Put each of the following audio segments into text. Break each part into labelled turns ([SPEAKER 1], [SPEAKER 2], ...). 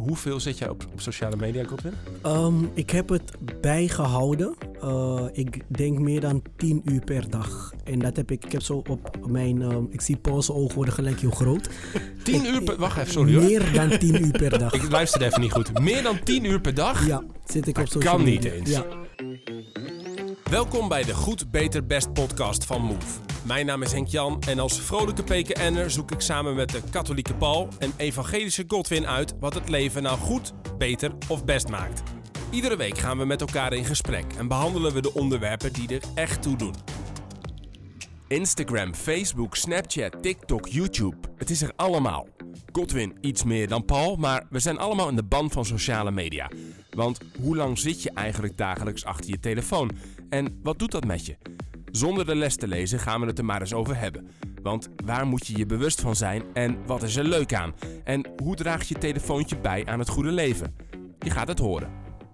[SPEAKER 1] hoeveel zit jij op sociale media, Godwin?
[SPEAKER 2] Ik heb het bijgehouden. Ik denk meer dan 10 uur per dag. En dat heb ik heb zo op mijn... ik zie Paul's ogen worden gelijk heel groot.
[SPEAKER 1] 10 uur per... Wacht even, sorry hoor.
[SPEAKER 2] Meer dan 10 uur per dag.
[SPEAKER 1] Ik luisterde even niet goed. Meer dan 10 uur per dag?
[SPEAKER 2] Ja, zit ik op social
[SPEAKER 1] kan
[SPEAKER 2] media.
[SPEAKER 1] niet eens.
[SPEAKER 2] Ja.
[SPEAKER 1] Welkom bij de Goed, Beter, Best podcast van Move. Mijn naam is Henk Jan en als vrolijke PKN'er zoek ik samen met de katholieke Paul en evangelische Godwin uit wat het leven nou goed, beter of best maakt. Iedere week gaan we met elkaar in gesprek en behandelen we de onderwerpen die er echt toe doen. Instagram, Facebook, Snapchat, TikTok, YouTube. Het is er allemaal. Godwin iets meer dan Paul, maar we zijn allemaal in de ban van sociale media. Want hoe lang zit je eigenlijk dagelijks achter je telefoon? En wat doet dat met je? Zonder de les te lezen gaan we het er maar eens over hebben. Want waar moet je je bewust van zijn en wat is er leuk aan? En hoe draagt je telefoontje bij aan het goede leven? Je gaat het horen.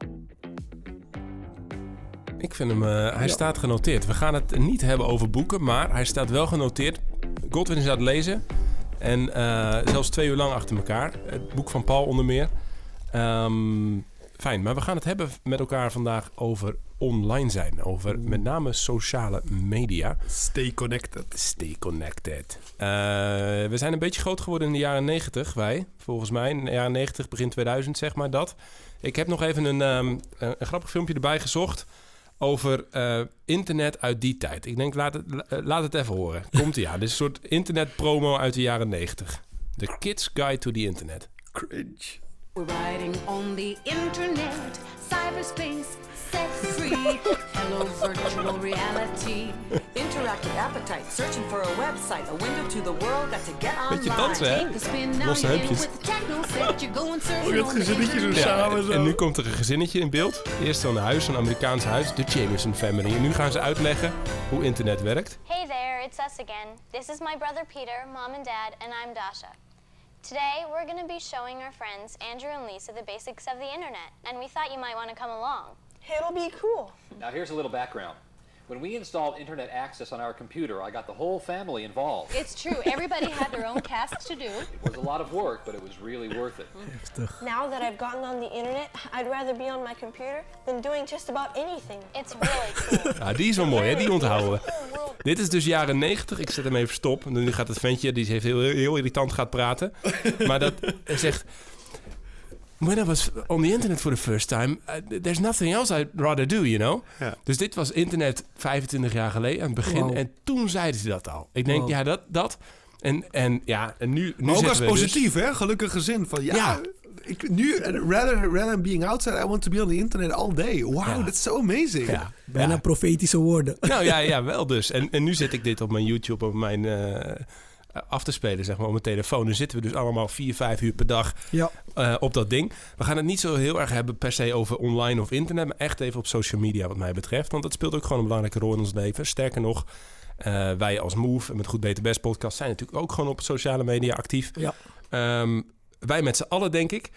[SPEAKER 1] Ik vind hem, hij staat genoteerd. We gaan het niet hebben over boeken, maar hij staat wel genoteerd. Godwin is aan het lezen. En zelfs 2 uur lang achter elkaar. Het boek van Paul onder meer. Fijn, maar we gaan het hebben met elkaar vandaag over online zijn. Over met name sociale media.
[SPEAKER 3] Stay connected.
[SPEAKER 1] Stay connected. We zijn een beetje groot geworden in de jaren 90, wij. Volgens mij, in de jaren 90, begin 2000, zeg maar dat. Ik heb nog even een grappig filmpje erbij gezocht over internet uit die tijd. Ik denk, laat het even horen. Komt-ie, ja. Dit is een soort internetpromo uit de jaren 90. The Kids Guide to the Internet.
[SPEAKER 3] Cringe.
[SPEAKER 4] We're riding on the internet, cyberspace, sex-free, hello virtual reality.
[SPEAKER 5] Interactive appetite, searching for a website, a window to the world, got to get online.
[SPEAKER 1] Beetje dansen, hè?
[SPEAKER 4] Take a spin now
[SPEAKER 1] Losse
[SPEAKER 4] you're in
[SPEAKER 1] hupjes.
[SPEAKER 4] with the techno set, you're going surfing
[SPEAKER 3] Oh, dat
[SPEAKER 4] on the
[SPEAKER 3] gezinnetje zo
[SPEAKER 4] internet.
[SPEAKER 3] samen zo.
[SPEAKER 1] En nu komt er een gezinnetje in beeld. Eerst zo'n huis, een Amerikaans huis, de Jameson Family. En nu gaan ze uitleggen hoe internet werkt.
[SPEAKER 6] Hey there, it's us again. This is my brother Peter, mom and dad, and I'm Dasha. Today, we're going to be showing our friends Andrew and Lisa the basics of the internet, and we thought you might want to come along.
[SPEAKER 5] It'll be cool.
[SPEAKER 7] Now here's a little background. When we installed internet access on our computer, I got the whole family involved.
[SPEAKER 8] It's true. Everybody had their own tasks to do.
[SPEAKER 7] It was a lot of work, but it was really worth it.
[SPEAKER 5] Now that I've gotten on the internet, I'd rather be on my computer than doing just about anything.
[SPEAKER 6] It's really cool.
[SPEAKER 1] Ja, die is wel mooi, hè? Die onthouden we. Dit is dus jaren 90. Ik zet hem even stop. En nu gaat het ventje, die heeft heel irritant gaat praten. Maar dat zegt... When I was on the internet for the first time, there's nothing else I'd rather do, you know?
[SPEAKER 3] Ja.
[SPEAKER 1] Dus dit was internet 25 jaar geleden, aan het begin.
[SPEAKER 2] Wow.
[SPEAKER 1] En toen zeiden ze dat al. Ik denk,
[SPEAKER 2] Wow.
[SPEAKER 1] ja, dat. En nu
[SPEAKER 3] Maar ook
[SPEAKER 1] zitten
[SPEAKER 3] als
[SPEAKER 1] we dus-
[SPEAKER 3] positief, hè? Gelukkig gezin. Van ja, rather than being outside, I want to be on the internet all day. Wow,
[SPEAKER 1] Ja.
[SPEAKER 3] that's so amazing.
[SPEAKER 1] Ja.
[SPEAKER 2] Bijna
[SPEAKER 1] Ja.
[SPEAKER 2] profetische woorden.
[SPEAKER 1] Nou ja, wel dus. En nu zet ik dit op mijn YouTube, op mijn af te spelen, zeg maar, op mijn telefoon. Nu zitten we dus allemaal 4-5 uur per dag
[SPEAKER 2] Ja.
[SPEAKER 1] op dat ding. We gaan het niet zo heel erg hebben per se over online of internet, maar echt even op social media wat mij betreft. Want dat speelt ook gewoon een belangrijke rol in ons leven. Sterker nog, wij als Move en met Goed Beter Best podcast zijn natuurlijk ook gewoon op sociale media actief.
[SPEAKER 2] Ja.
[SPEAKER 1] Wij met z'n allen, denk ik.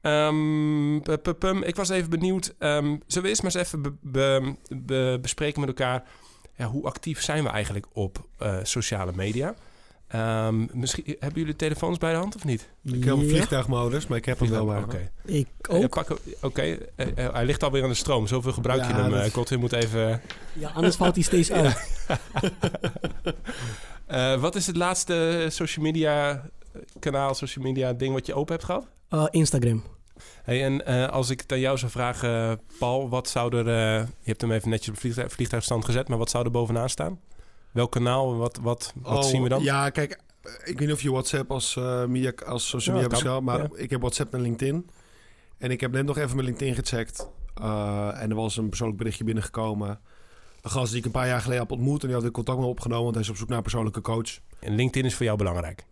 [SPEAKER 1] Ik was even benieuwd. Zullen we eerst maar eens even bespreken met elkaar... Ja, hoe actief zijn we eigenlijk op sociale media? Misschien hebben jullie telefoons bij de hand of niet?
[SPEAKER 3] Ik heb een vliegtuigmodus, maar ik heb hem wel maar.
[SPEAKER 1] Oké.
[SPEAKER 2] Ik ook.
[SPEAKER 1] Hij ligt alweer aan de stroom. Zoveel gebruik je
[SPEAKER 3] Ja,
[SPEAKER 1] hem.
[SPEAKER 3] dat-
[SPEAKER 1] Godwin moet even...
[SPEAKER 2] Ja, anders valt hij steeds uit.
[SPEAKER 1] Wat is het laatste social media kanaal, social media ding wat je open hebt gehad?
[SPEAKER 2] Instagram.
[SPEAKER 1] Hey, en als ik het aan jou zou vragen, Paul, wat zou er... je hebt hem even netjes op vliegtuigstand gezet, maar wat zou er bovenaan staan? Welk kanaal? Wat zien we dan?
[SPEAKER 3] Ja, kijk, ik weet niet of je WhatsApp als social media
[SPEAKER 1] kan.
[SPEAKER 3] beschouwt, maar
[SPEAKER 1] Ja.
[SPEAKER 3] ik heb WhatsApp en LinkedIn. En ik heb net nog even mijn LinkedIn gecheckt. En er was een persoonlijk berichtje binnengekomen. Een gast die ik een paar jaar geleden heb ontmoet en die had ik contact met me opgenomen, want hij is op zoek naar een persoonlijke coach.
[SPEAKER 1] En LinkedIn is voor jou belangrijk?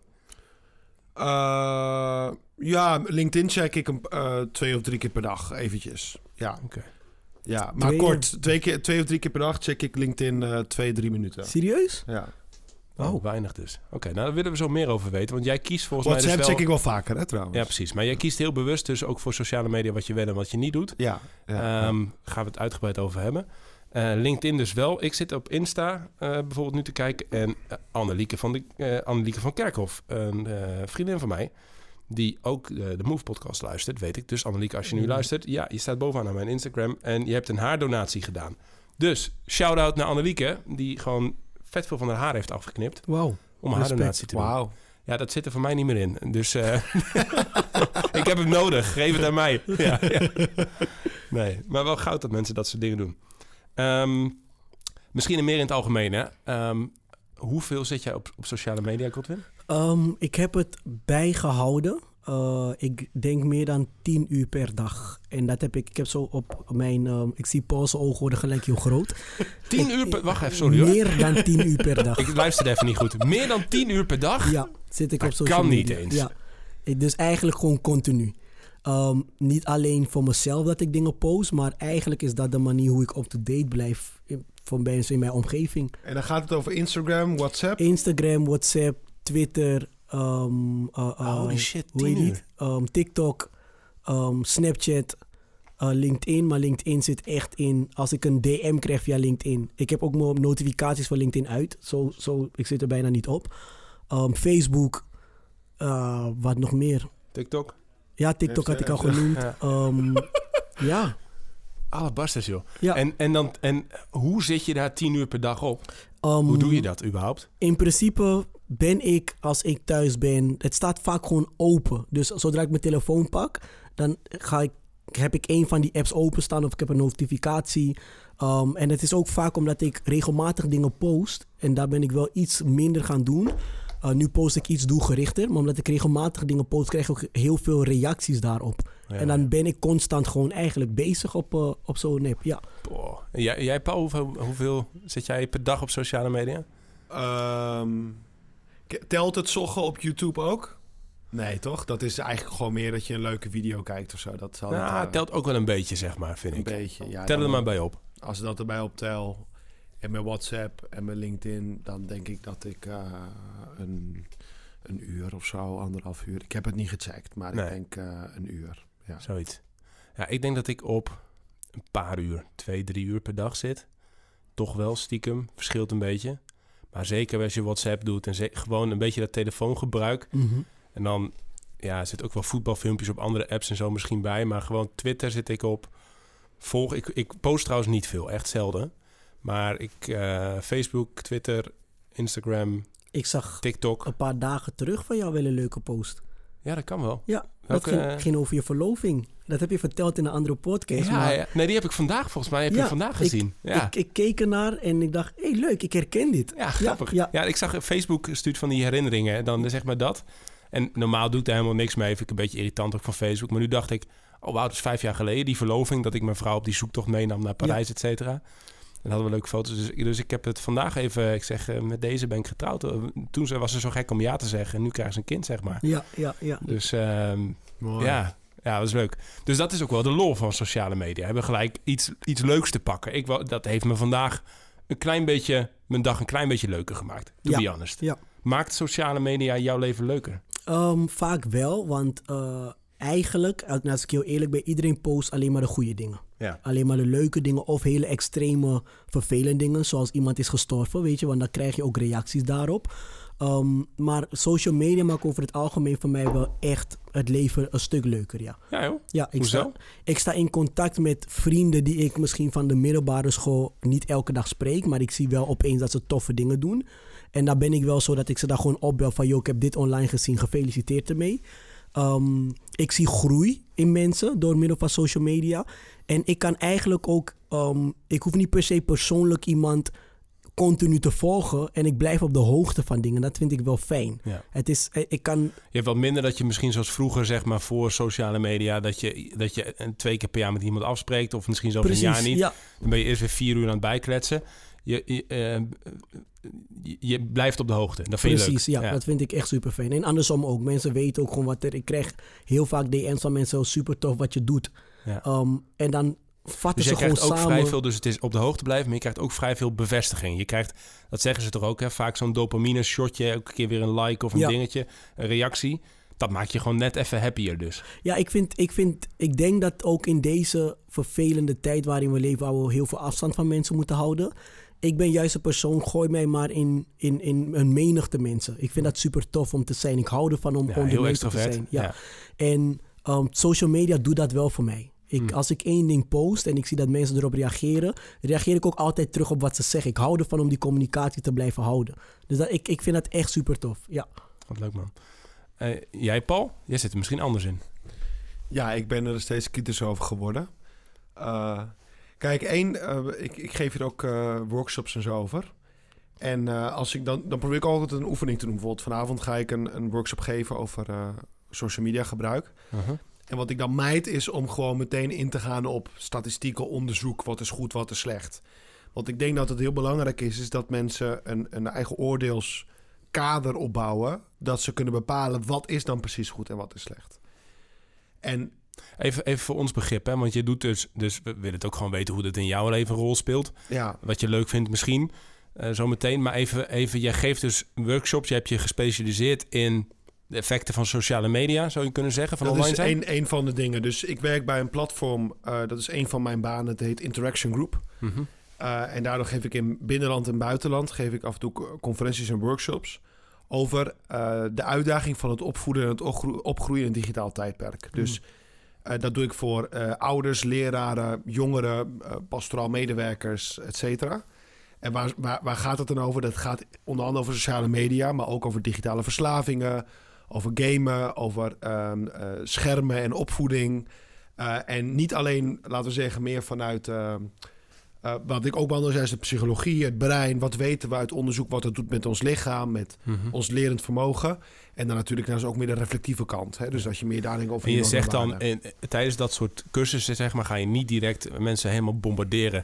[SPEAKER 3] Ja, LinkedIn check ik hem 2 of 3 keer per dag eventjes. Ja.
[SPEAKER 1] Oké.
[SPEAKER 3] Ja, maar 2 of 3 keer per dag check ik LinkedIn 2-3 minuten.
[SPEAKER 2] Serieus?
[SPEAKER 3] Ja.
[SPEAKER 1] Oh, weinig dus. Oké, nou daar willen we zo meer over weten. Want jij kiest volgens
[SPEAKER 3] WhatsApp
[SPEAKER 1] mij dus
[SPEAKER 3] check
[SPEAKER 1] wel...
[SPEAKER 3] ik wel vaker, hè, trouwens.
[SPEAKER 1] Ja, precies. Maar jij kiest heel bewust dus ook voor sociale media wat je wel en wat je niet doet.
[SPEAKER 3] Ja.
[SPEAKER 1] Gaan we het uitgebreid over hebben. LinkedIn dus wel. Ik zit op Insta bijvoorbeeld nu te kijken. En Annelieke van Kerkhof, een vriendin van mij... die ook de Move podcast luistert, weet ik. Dus Annelieke, als je nu luistert, ja, je staat bovenaan aan mijn Instagram en je hebt een haardonatie gedaan. Dus shout-out naar Annelieke, die gewoon vet veel van haar haar heeft afgeknipt.
[SPEAKER 2] Wauw.
[SPEAKER 1] Om een haardonatie te doen.
[SPEAKER 3] Wauw.
[SPEAKER 1] Ja, dat zit er voor mij niet meer in. Dus ik heb hem nodig. Geef het aan mij. Ja. Nee, maar wel goud dat mensen dat soort dingen doen. Misschien meer in het algemeen, hè? Hoeveel zit jij op sociale media, Godwin?
[SPEAKER 2] Ik heb het bijgehouden. Ik denk meer dan 10 uur per dag. En dat heb ik heb zo op mijn... ik zie Paul's ogen worden gelijk heel groot.
[SPEAKER 1] 10 uur per... Wacht even, sorry hoor.
[SPEAKER 2] Meer dan 10 uur per dag.
[SPEAKER 1] Ik luisterde even niet goed. Meer dan 10 uur per dag?
[SPEAKER 2] Ja, zit ik
[SPEAKER 1] dat
[SPEAKER 2] op social media.
[SPEAKER 1] Kan niet eens.
[SPEAKER 2] Ja. Dus eigenlijk gewoon continu. Niet alleen voor mezelf dat ik dingen post, maar eigenlijk is dat de manier hoe ik up-to-date blijf van mensen in mijn omgeving.
[SPEAKER 3] En dan gaat het over Instagram, WhatsApp?
[SPEAKER 2] Instagram, WhatsApp, Twitter,
[SPEAKER 1] holy shit, 10 uur.
[SPEAKER 2] TikTok, Snapchat, LinkedIn. Maar LinkedIn zit echt in, als ik een DM krijg via LinkedIn. Ik heb ook mijn notificaties van LinkedIn uit. Ik zit er bijna niet op. Facebook, wat nog meer?
[SPEAKER 1] TikTok?
[SPEAKER 2] Ja, TikTok had ik al genoemd. Ja.
[SPEAKER 1] Alle barsters, joh.
[SPEAKER 2] Ja.
[SPEAKER 1] En hoe zit je daar 10 uur per dag op? Hoe doe je dat überhaupt?
[SPEAKER 2] In principe ben ik, als ik thuis ben... Het staat vaak gewoon open. Dus zodra ik mijn telefoon pak, dan heb ik een van die apps openstaan of ik heb een notificatie. En het is ook vaak omdat ik regelmatig dingen post. En daar ben ik wel iets minder gaan doen. Nu post ik iets doelgerichter. Maar omdat ik regelmatig dingen post, krijg ik ook heel veel reacties daarop. Ja. En dan ben ik constant gewoon eigenlijk bezig op zo'n app, ja.
[SPEAKER 1] Boah. Jij Paul, hoeveel zit jij per dag op sociale media?
[SPEAKER 3] Telt het zoggen op YouTube ook? Nee, toch? Dat is eigenlijk gewoon meer dat je een leuke video kijkt of zo. Dat zal
[SPEAKER 1] het telt ook wel een beetje, zeg maar, vind ik.
[SPEAKER 3] Een beetje, ja.
[SPEAKER 1] Tel er maar bij op.
[SPEAKER 3] Als ik dat erbij optel en mijn WhatsApp en mijn LinkedIn, dan denk ik dat ik een uur of zo, 1,5 uur. Ik heb het niet gecheckt, maar ik denk een uur. Ja.
[SPEAKER 1] Zoiets. Ja, ik denk dat ik op een paar uur, 2-3 uur per dag zit. Toch wel stiekem, verschilt een beetje. Maar zeker als je WhatsApp doet en gewoon een beetje dat telefoongebruik. Mm-hmm. En dan zit ook wel voetbalfilmpjes op andere apps en zo misschien bij. Maar gewoon Twitter zit ik op. Ik post trouwens niet veel, echt zelden. Maar Facebook, Twitter, Instagram,
[SPEAKER 2] ik zag
[SPEAKER 1] TikTok.
[SPEAKER 2] Een paar dagen terug van jou wel een leuke post.
[SPEAKER 1] Ja, dat kan wel.
[SPEAKER 2] Ja, dat ging over je verloving. Dat heb je verteld in een andere podcast.
[SPEAKER 1] Ja, maar... Nee, die heb ik vandaag volgens mij. Heb je vandaag gezien.
[SPEAKER 2] Ik keek ernaar en ik dacht, leuk, ik herken dit.
[SPEAKER 1] Ja, grappig. Ja, ik zag Facebook stuurt van die herinneringen. Dan zeg maar dat. En normaal doe ik daar helemaal niks mee. Vind ik een beetje irritant ook van Facebook. Maar nu dacht ik, wauw, dat is 5 jaar geleden. Die verloving, dat ik mijn vrouw op die zoektocht meenam naar Parijs, et cetera. En hadden we leuke foto's. Dus ik heb het vandaag even... Ik zeg, met deze ben ik getrouwd. Toen was ze zo gek om ja te zeggen. En nu krijgen ze een kind, zeg maar.
[SPEAKER 2] Ja.
[SPEAKER 1] Dus ja, dat is leuk. Dus dat is ook wel de lol van sociale media. We hebben gelijk iets leuks te pakken. Dat heeft me vandaag mijn dag een klein beetje leuker gemaakt. To be honest.
[SPEAKER 2] Ja.
[SPEAKER 1] Maakt sociale media jouw leven leuker?
[SPEAKER 2] Vaak wel, want eigenlijk, als ik heel eerlijk ben, iedereen post alleen maar de goede dingen. Ja. Alleen maar de leuke dingen of hele extreme vervelende dingen, zoals iemand is gestorven, weet je, want dan krijg je ook reacties daarop. Maar social media maakt over het algemeen voor mij wel echt het leven een stuk leuker, ja.
[SPEAKER 1] Ja joh?
[SPEAKER 2] Ja,
[SPEAKER 1] Hoezo?
[SPEAKER 2] Ik sta in contact met vrienden die ik misschien van de middelbare school niet elke dag spreek, maar ik zie wel opeens dat ze toffe dingen doen. En dan ben ik wel zo dat ik ze daar gewoon opbel van, ik heb dit online gezien, gefeliciteerd ermee. Ik zie groei in mensen door middel van social media. En ik kan eigenlijk ook, ik hoef niet per se persoonlijk iemand continu te volgen en ik blijf op de hoogte van dingen. Dat vind ik wel fijn. Ja. Je
[SPEAKER 1] hebt wat minder dat je misschien zoals vroeger, zeg maar, voor sociale media, dat je 2 keer per jaar met iemand afspreekt of misschien zelfs een jaar niet. Ja. Dan ben je eerst weer 4 uur aan het bijkletsen. Je blijft op de hoogte. Dat vind je leuk.
[SPEAKER 2] Ja, dat vind ik echt super fijn. En andersom ook. Mensen weten ook gewoon wat er... Ik krijg heel vaak DM's van mensen, super tof wat je doet. Ja. En dan vatten ze gewoon samen.
[SPEAKER 1] Vrij veel, dus het is op de hoogte blijven, maar je krijgt ook vrij veel bevestiging. Je krijgt, dat zeggen ze toch ook, hè, vaak zo'n dopamine shotje, elke keer weer een like of een dingetje, een reactie. Dat maakt je gewoon net even happier dus.
[SPEAKER 2] Ja, ik denk dat ook in deze vervelende tijd waarin we leven, waar we heel veel afstand van mensen moeten houden, ik ben juist een persoon, gooi mij maar in een menigte mensen. Ik vind dat super tof om te zijn. Ik hou ervan om gewoon de menigte te zijn. Ja. En social media doet dat wel voor mij. Als ik één ding post en ik zie dat mensen erop reageren, reageer ik ook altijd terug op wat ze zeggen. Ik hou ervan om die communicatie te blijven houden. Dus ik vind dat echt super tof. Ja.
[SPEAKER 1] Wat leuk, man. Jij, Paul? Jij zit er misschien anders in.
[SPEAKER 3] Ja, ik ben er steeds kritisch over geworden. Kijk, ik geef hier ook workshops en zo over. En als ik dan probeer ik altijd een oefening te doen. Bijvoorbeeld vanavond ga ik een workshop geven over social media gebruik. Uh-huh. En wat ik dan mijd is om gewoon meteen in te gaan op statistieken, onderzoek. Wat is goed, wat is slecht. Want ik denk dat het heel belangrijk is dat mensen een eigen oordeelskader opbouwen. Dat ze kunnen bepalen wat is dan precies goed en wat is slecht. En
[SPEAKER 1] Even voor ons begrip, hè? Want je doet dus we willen het ook gewoon weten hoe dat in jouw leven een rol speelt.
[SPEAKER 3] Ja.
[SPEAKER 1] Wat je leuk vindt misschien, zometeen. Maar even, jij geeft dus workshops, je hebt je gespecialiseerd in de effecten van sociale media, zou je kunnen zeggen, van
[SPEAKER 3] dat
[SPEAKER 1] online
[SPEAKER 3] is
[SPEAKER 1] zijn?
[SPEAKER 3] een van de dingen. Dus ik werk bij een platform, dat is een van mijn banen, het heet Interaction Group. Mm-hmm. En daardoor geef ik in binnenland en buitenland, geef ik af en toe conferenties en workshops over de uitdaging van het opvoeden en het opgroeien in een digitaal tijdperk. Dus dat doe ik voor ouders, leraren, jongeren, pastoraal medewerkers, et cetera. En waar gaat het dan over? Dat gaat onder andere over sociale media, maar ook over digitale verslavingen, over gamen, over schermen en opvoeding. En niet alleen, laten we zeggen, meer vanuit wat ik ook behandel, is de psychologie, het brein. Wat weten we uit onderzoek wat het doet met ons lichaam, met ons lerend vermogen. En dan natuurlijk is ook meer de reflectieve kant. Hè? Dus als je meer daar denkt over.
[SPEAKER 1] En je zegt dan, tijdens dat soort cursussen, zeg maar, ga je niet direct mensen helemaal bombarderen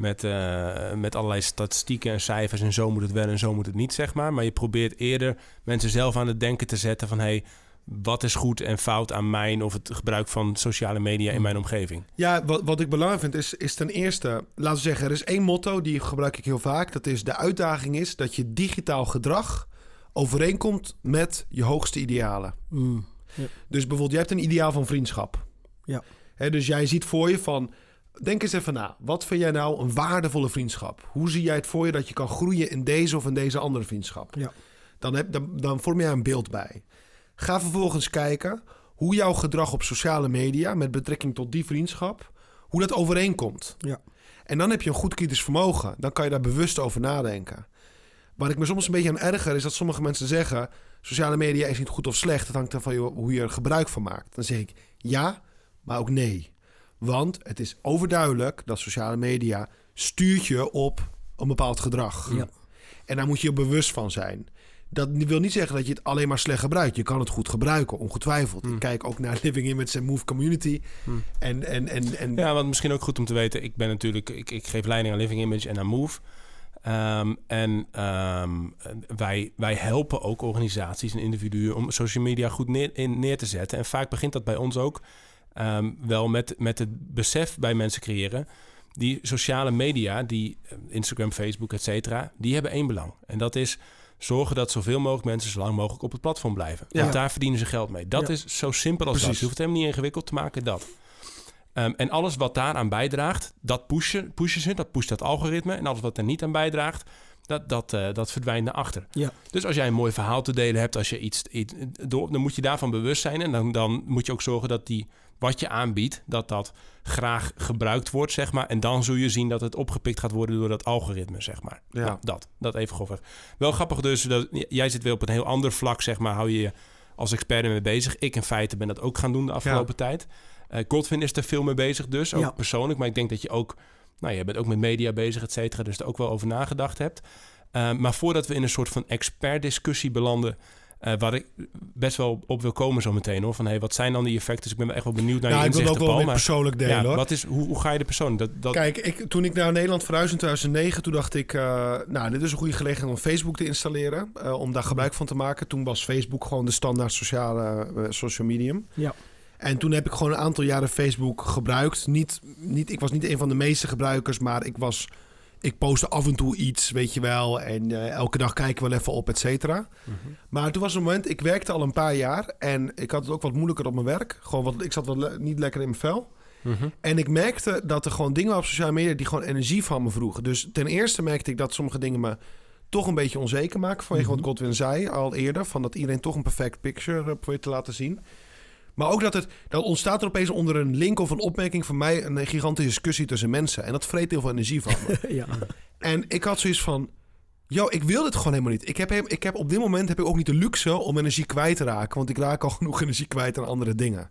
[SPEAKER 1] met allerlei statistieken en cijfers en zo moet het wel en zo moet het niet, zeg maar. Maar je probeert eerder mensen zelf aan het denken te zetten van hey, wat is goed en fout aan mijn of het gebruik van sociale media in mijn omgeving?
[SPEAKER 3] Ja, wat ik belangrijk vind is ten eerste, laten we zeggen, er is één motto, die gebruik ik heel vaak. Dat is de uitdaging is dat je digitaal gedrag overeenkomt met je hoogste idealen. Ja. Dus bijvoorbeeld, je hebt een ideaal van vriendschap.
[SPEAKER 2] Ja.
[SPEAKER 3] Dus jij ziet voor je van, denk eens even na. Wat vind jij nou een waardevolle vriendschap? Hoe zie jij het voor je dat je kan groeien in deze of in deze andere vriendschap?
[SPEAKER 2] Ja.
[SPEAKER 3] Dan vorm je een beeld bij. Ga vervolgens kijken hoe jouw gedrag op sociale media met betrekking tot die vriendschap, hoe dat overeenkomt.
[SPEAKER 2] Ja.
[SPEAKER 3] En dan heb je een goed kritisch vermogen. Dan kan je daar bewust over nadenken. Waar ik me soms een beetje aan erger is dat sommige mensen zeggen, sociale media is niet goed of slecht. Het hangt ervan hoe je er gebruik van maakt. Dan zeg ik ja, maar ook nee. Want het is overduidelijk dat sociale media stuurt je op een bepaald gedrag.
[SPEAKER 2] Ja. En
[SPEAKER 3] daar moet je bewust van zijn. Dat wil niet zeggen dat je het alleen maar slecht gebruikt. Je kan het goed gebruiken, ongetwijfeld. Ik kijk ook naar Living Image en Move Community. En
[SPEAKER 1] ja, wat misschien ook goed om te weten. Ik ben natuurlijk, ik geef leiding aan Living Image en aan Move. Wij helpen ook organisaties en individuen om social media goed neer te zetten. En vaak begint dat bij ons ook wel met het besef bij mensen creëren. Die sociale media, die Instagram, Facebook, et cetera, die hebben één belang. En dat is zorgen dat zoveel mogelijk mensen zo lang mogelijk op het platform blijven. Want daar verdienen ze geld mee. Dat is zo simpel als dat. Je hoeft het helemaal niet ingewikkeld te maken, dat. En alles wat daaraan bijdraagt, dat pushen ze. Dat pusht dat algoritme. En alles wat er niet aan bijdraagt, dat verdwijnt naar achter.
[SPEAKER 2] Ja.
[SPEAKER 1] Dus als jij een mooi verhaal te delen hebt, als je iets dan moet je daarvan bewust zijn. En dan moet je ook zorgen dat wat je aanbiedt, dat graag gebruikt wordt, zeg maar. En dan zul je zien dat het opgepikt gaat worden door dat algoritme, zeg maar.
[SPEAKER 3] Ja.
[SPEAKER 1] Nou, dat even grofweg. Wel grappig dus, dat jij zit weer op een heel ander vlak, zeg maar. Hou je als expert mee bezig. Ik in feite ben dat ook gaan doen de afgelopen tijd. Godwin is er veel mee bezig dus, ook persoonlijk. Maar ik denk dat je ook, je bent ook met media bezig, et cetera. Dus er ook wel over nagedacht hebt. Maar voordat we in een soort van expertdiscussie belanden, waar ik best wel op wil komen zo meteen, hoor. Van wat zijn dan die effecten? Dus ik ben echt wel benieuwd naar je inzichten,
[SPEAKER 3] Paul. Ik wil ook wel persoonlijk delen, hoor.
[SPEAKER 1] Wat is, hoe ga je de persoon?
[SPEAKER 3] Kijk, toen ik naar Nederland verhuisde in 2009, toen dacht ik, dit is een goede gelegenheid om Facebook te installeren. Om daar gebruik van te maken. Toen was Facebook gewoon de standaard social medium.
[SPEAKER 2] Ja.
[SPEAKER 3] En toen heb ik gewoon een aantal jaren Facebook gebruikt. Ik was niet een van de meeste gebruikers, maar ik postte af en toe iets, weet je wel. En elke dag kijken we wel even op, et cetera. Mm-hmm. Maar toen was een moment, ik werkte al een paar jaar. En ik had het ook wat moeilijker op mijn werk. Gewoon, ik zat wel niet lekker in mijn vel. En ik merkte dat er gewoon dingen waren op sociale media die gewoon energie van me vroegen. Dus ten eerste merkte ik dat sommige dingen me toch een beetje onzeker maken. Vanwege wat Godwin zei al eerder. Van dat iedereen toch een perfect picture probeert te laten zien. Maar ook dat ontstaat er opeens onder een link of een opmerking van mij een gigantische discussie tussen mensen. En dat vreet heel veel energie van me.
[SPEAKER 2] Ja.
[SPEAKER 3] En ik had zoiets van, ik wil dit gewoon helemaal niet. Ik heb op dit moment heb ik ook niet de luxe om energie kwijt te raken. Want ik raak al genoeg energie kwijt aan andere dingen.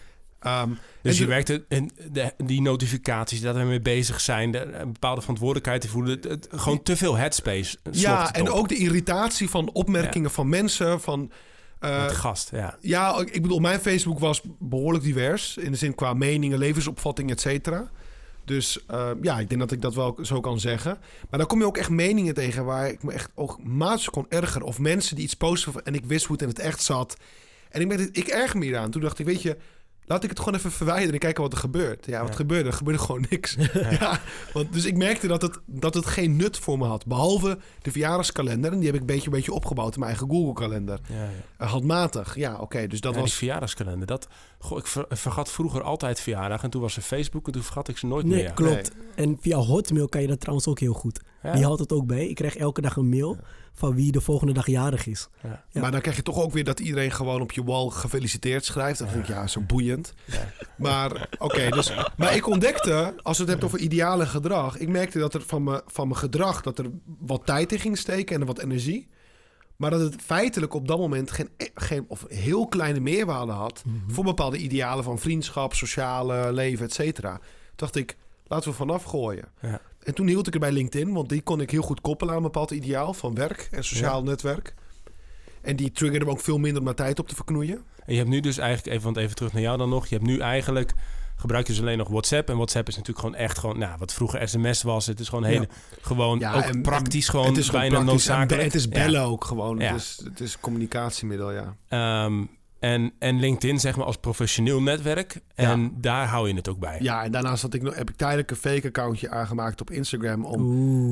[SPEAKER 1] Dus je werkt die notificaties, dat we mee bezig zijn, een bepaalde verantwoordelijkheid te voelen, gewoon te veel headspace.
[SPEAKER 3] Ja, en ook de irritatie van opmerkingen van mensen, van...
[SPEAKER 1] het gast, ja.
[SPEAKER 3] Ja, ik bedoel, mijn Facebook was behoorlijk divers. In de zin qua meningen, levensopvatting, et cetera. Dus ik denk dat ik dat wel zo kan zeggen. Maar dan kom je ook echt meningen tegen waar ik me echt ook maatjes kon ergeren. Of mensen die iets posten en ik wist hoe het in het echt zat. En ik erger me hieraan. Toen dacht ik, weet je, laat ik het gewoon even verwijderen en kijken wat er gebeurt. Ja, wat gebeurde? Er gebeurde gewoon niks. Dus ik merkte dat het geen nut voor me had. Behalve de verjaardagskalender. En die heb ik een beetje opgebouwd in mijn eigen Google-kalender. Handmatig. Ja, oké. Dus dat was...
[SPEAKER 1] die verjaardagskalender. Ik vergat vroeger altijd verjaardag. En toen was er Facebook en toen vergat ik ze nooit meer.
[SPEAKER 2] Nee, klopt. Nee. En via Hotmail kan je dat trouwens ook heel goed. Ja. Die houdt het ook bij. Ik krijg elke dag een mail van wie de volgende dag jarig is.
[SPEAKER 3] Ja. Maar dan krijg je toch ook weer dat iedereen gewoon op je wall gefeliciteerd schrijft. Dan denk ik, zo boeiend. Ja. Maar maar ik ontdekte, als we het hebben over ideale gedrag, ik merkte dat er van mijn gedrag dat er wat tijd in ging steken en wat energie. Maar dat het feitelijk op dat moment geen of heel kleine meerwaarde had voor bepaalde idealen van vriendschap, sociale leven, et cetera. Toen dacht ik, laten we vanaf gooien. Ja. En toen hield ik er bij LinkedIn, want die kon ik heel goed koppelen aan een bepaald ideaal van werk en sociaal netwerk. En die triggerde me ook veel minder om daar tijd op te verknoeien.
[SPEAKER 1] En je hebt nu dus eigenlijk, even terug naar jou dan nog. Je hebt nu eigenlijk, gebruik je dus alleen nog WhatsApp. En WhatsApp is natuurlijk gewoon echt wat vroeger sms was. Het is gewoon ook praktisch gewoon
[SPEAKER 3] het is
[SPEAKER 1] bijna noodzakelijk.
[SPEAKER 3] Het is bellen ook gewoon. Ja. Het is communicatiemiddel,
[SPEAKER 1] En LinkedIn zeg maar als professioneel netwerk. En daar hou je het ook bij.
[SPEAKER 3] Ja, en daarnaast heb ik tijdelijk een fake accountje aangemaakt op Instagram om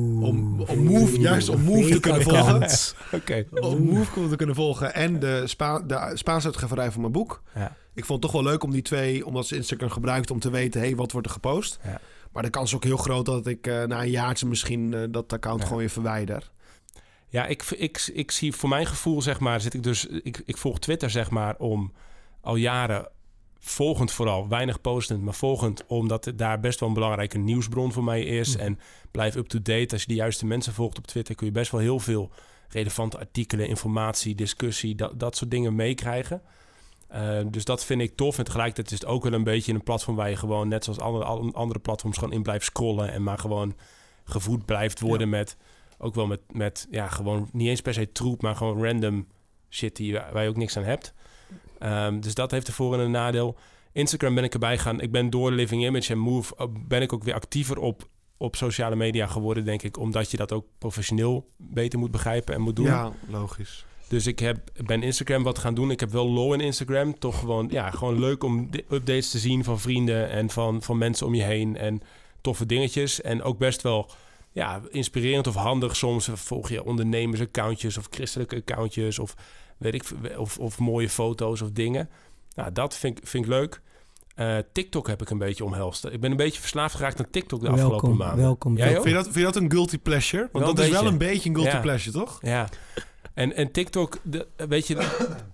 [SPEAKER 3] Move te kunnen volgen. Om Move te kunnen volgen en de Spaanse uitgeverij van mijn boek. Ja. Ik vond het toch wel leuk om die twee, omdat ze Instagram gebruikt om te weten, wat wordt er gepost. Ja. Maar de kans is ook heel groot dat ik na een jaartje misschien dat account gewoon weer verwijder.
[SPEAKER 1] Ja, ik zie voor mijn gevoel, zeg maar, ik volg Twitter, zeg maar, om al jaren volgend vooral, weinig postend, maar volgend, omdat het daar best wel een belangrijke nieuwsbron voor mij is. En blijf up-to-date. Als je de juiste mensen volgt op Twitter, kun je best wel heel veel relevante artikelen, informatie, discussie, dat soort dingen meekrijgen. Dus dat vind ik tof. En tegelijkertijd is het ook wel een beetje een platform waar je gewoon, net zoals alle andere platforms, gewoon in blijft scrollen en maar gewoon gevoed blijft worden met... Ook wel met gewoon niet eens per se troep, maar gewoon random shit waar je ook niks aan hebt. Dus dat heeft een voor- en een nadeel. Instagram ben ik erbij gegaan. Ik ben door Living Image en Move ben ik ook weer actiever op sociale media geworden, denk ik. Omdat je dat ook professioneel beter moet begrijpen en moet doen.
[SPEAKER 3] Ja, logisch.
[SPEAKER 1] Dus ik ben Instagram wat gaan doen. Ik heb wel lol in Instagram. Toch gewoon leuk om updates te zien van vrienden en van mensen om je heen. En toffe dingetjes. En ook best wel... inspirerend of handig. Soms volg je ondernemersaccountjes of christelijke accountjes of weet ik, of mooie foto's of dingen. Nou, dat vind ik leuk. TikTok heb ik een beetje omhelst. Ik ben een beetje verslaafd geraakt aan TikTok de afgelopen maanden.
[SPEAKER 2] Welkom.
[SPEAKER 3] Vind je dat een guilty pleasure? Want dat is wel een beetje een guilty pleasure, toch?
[SPEAKER 1] Ja. En TikTok, weet je...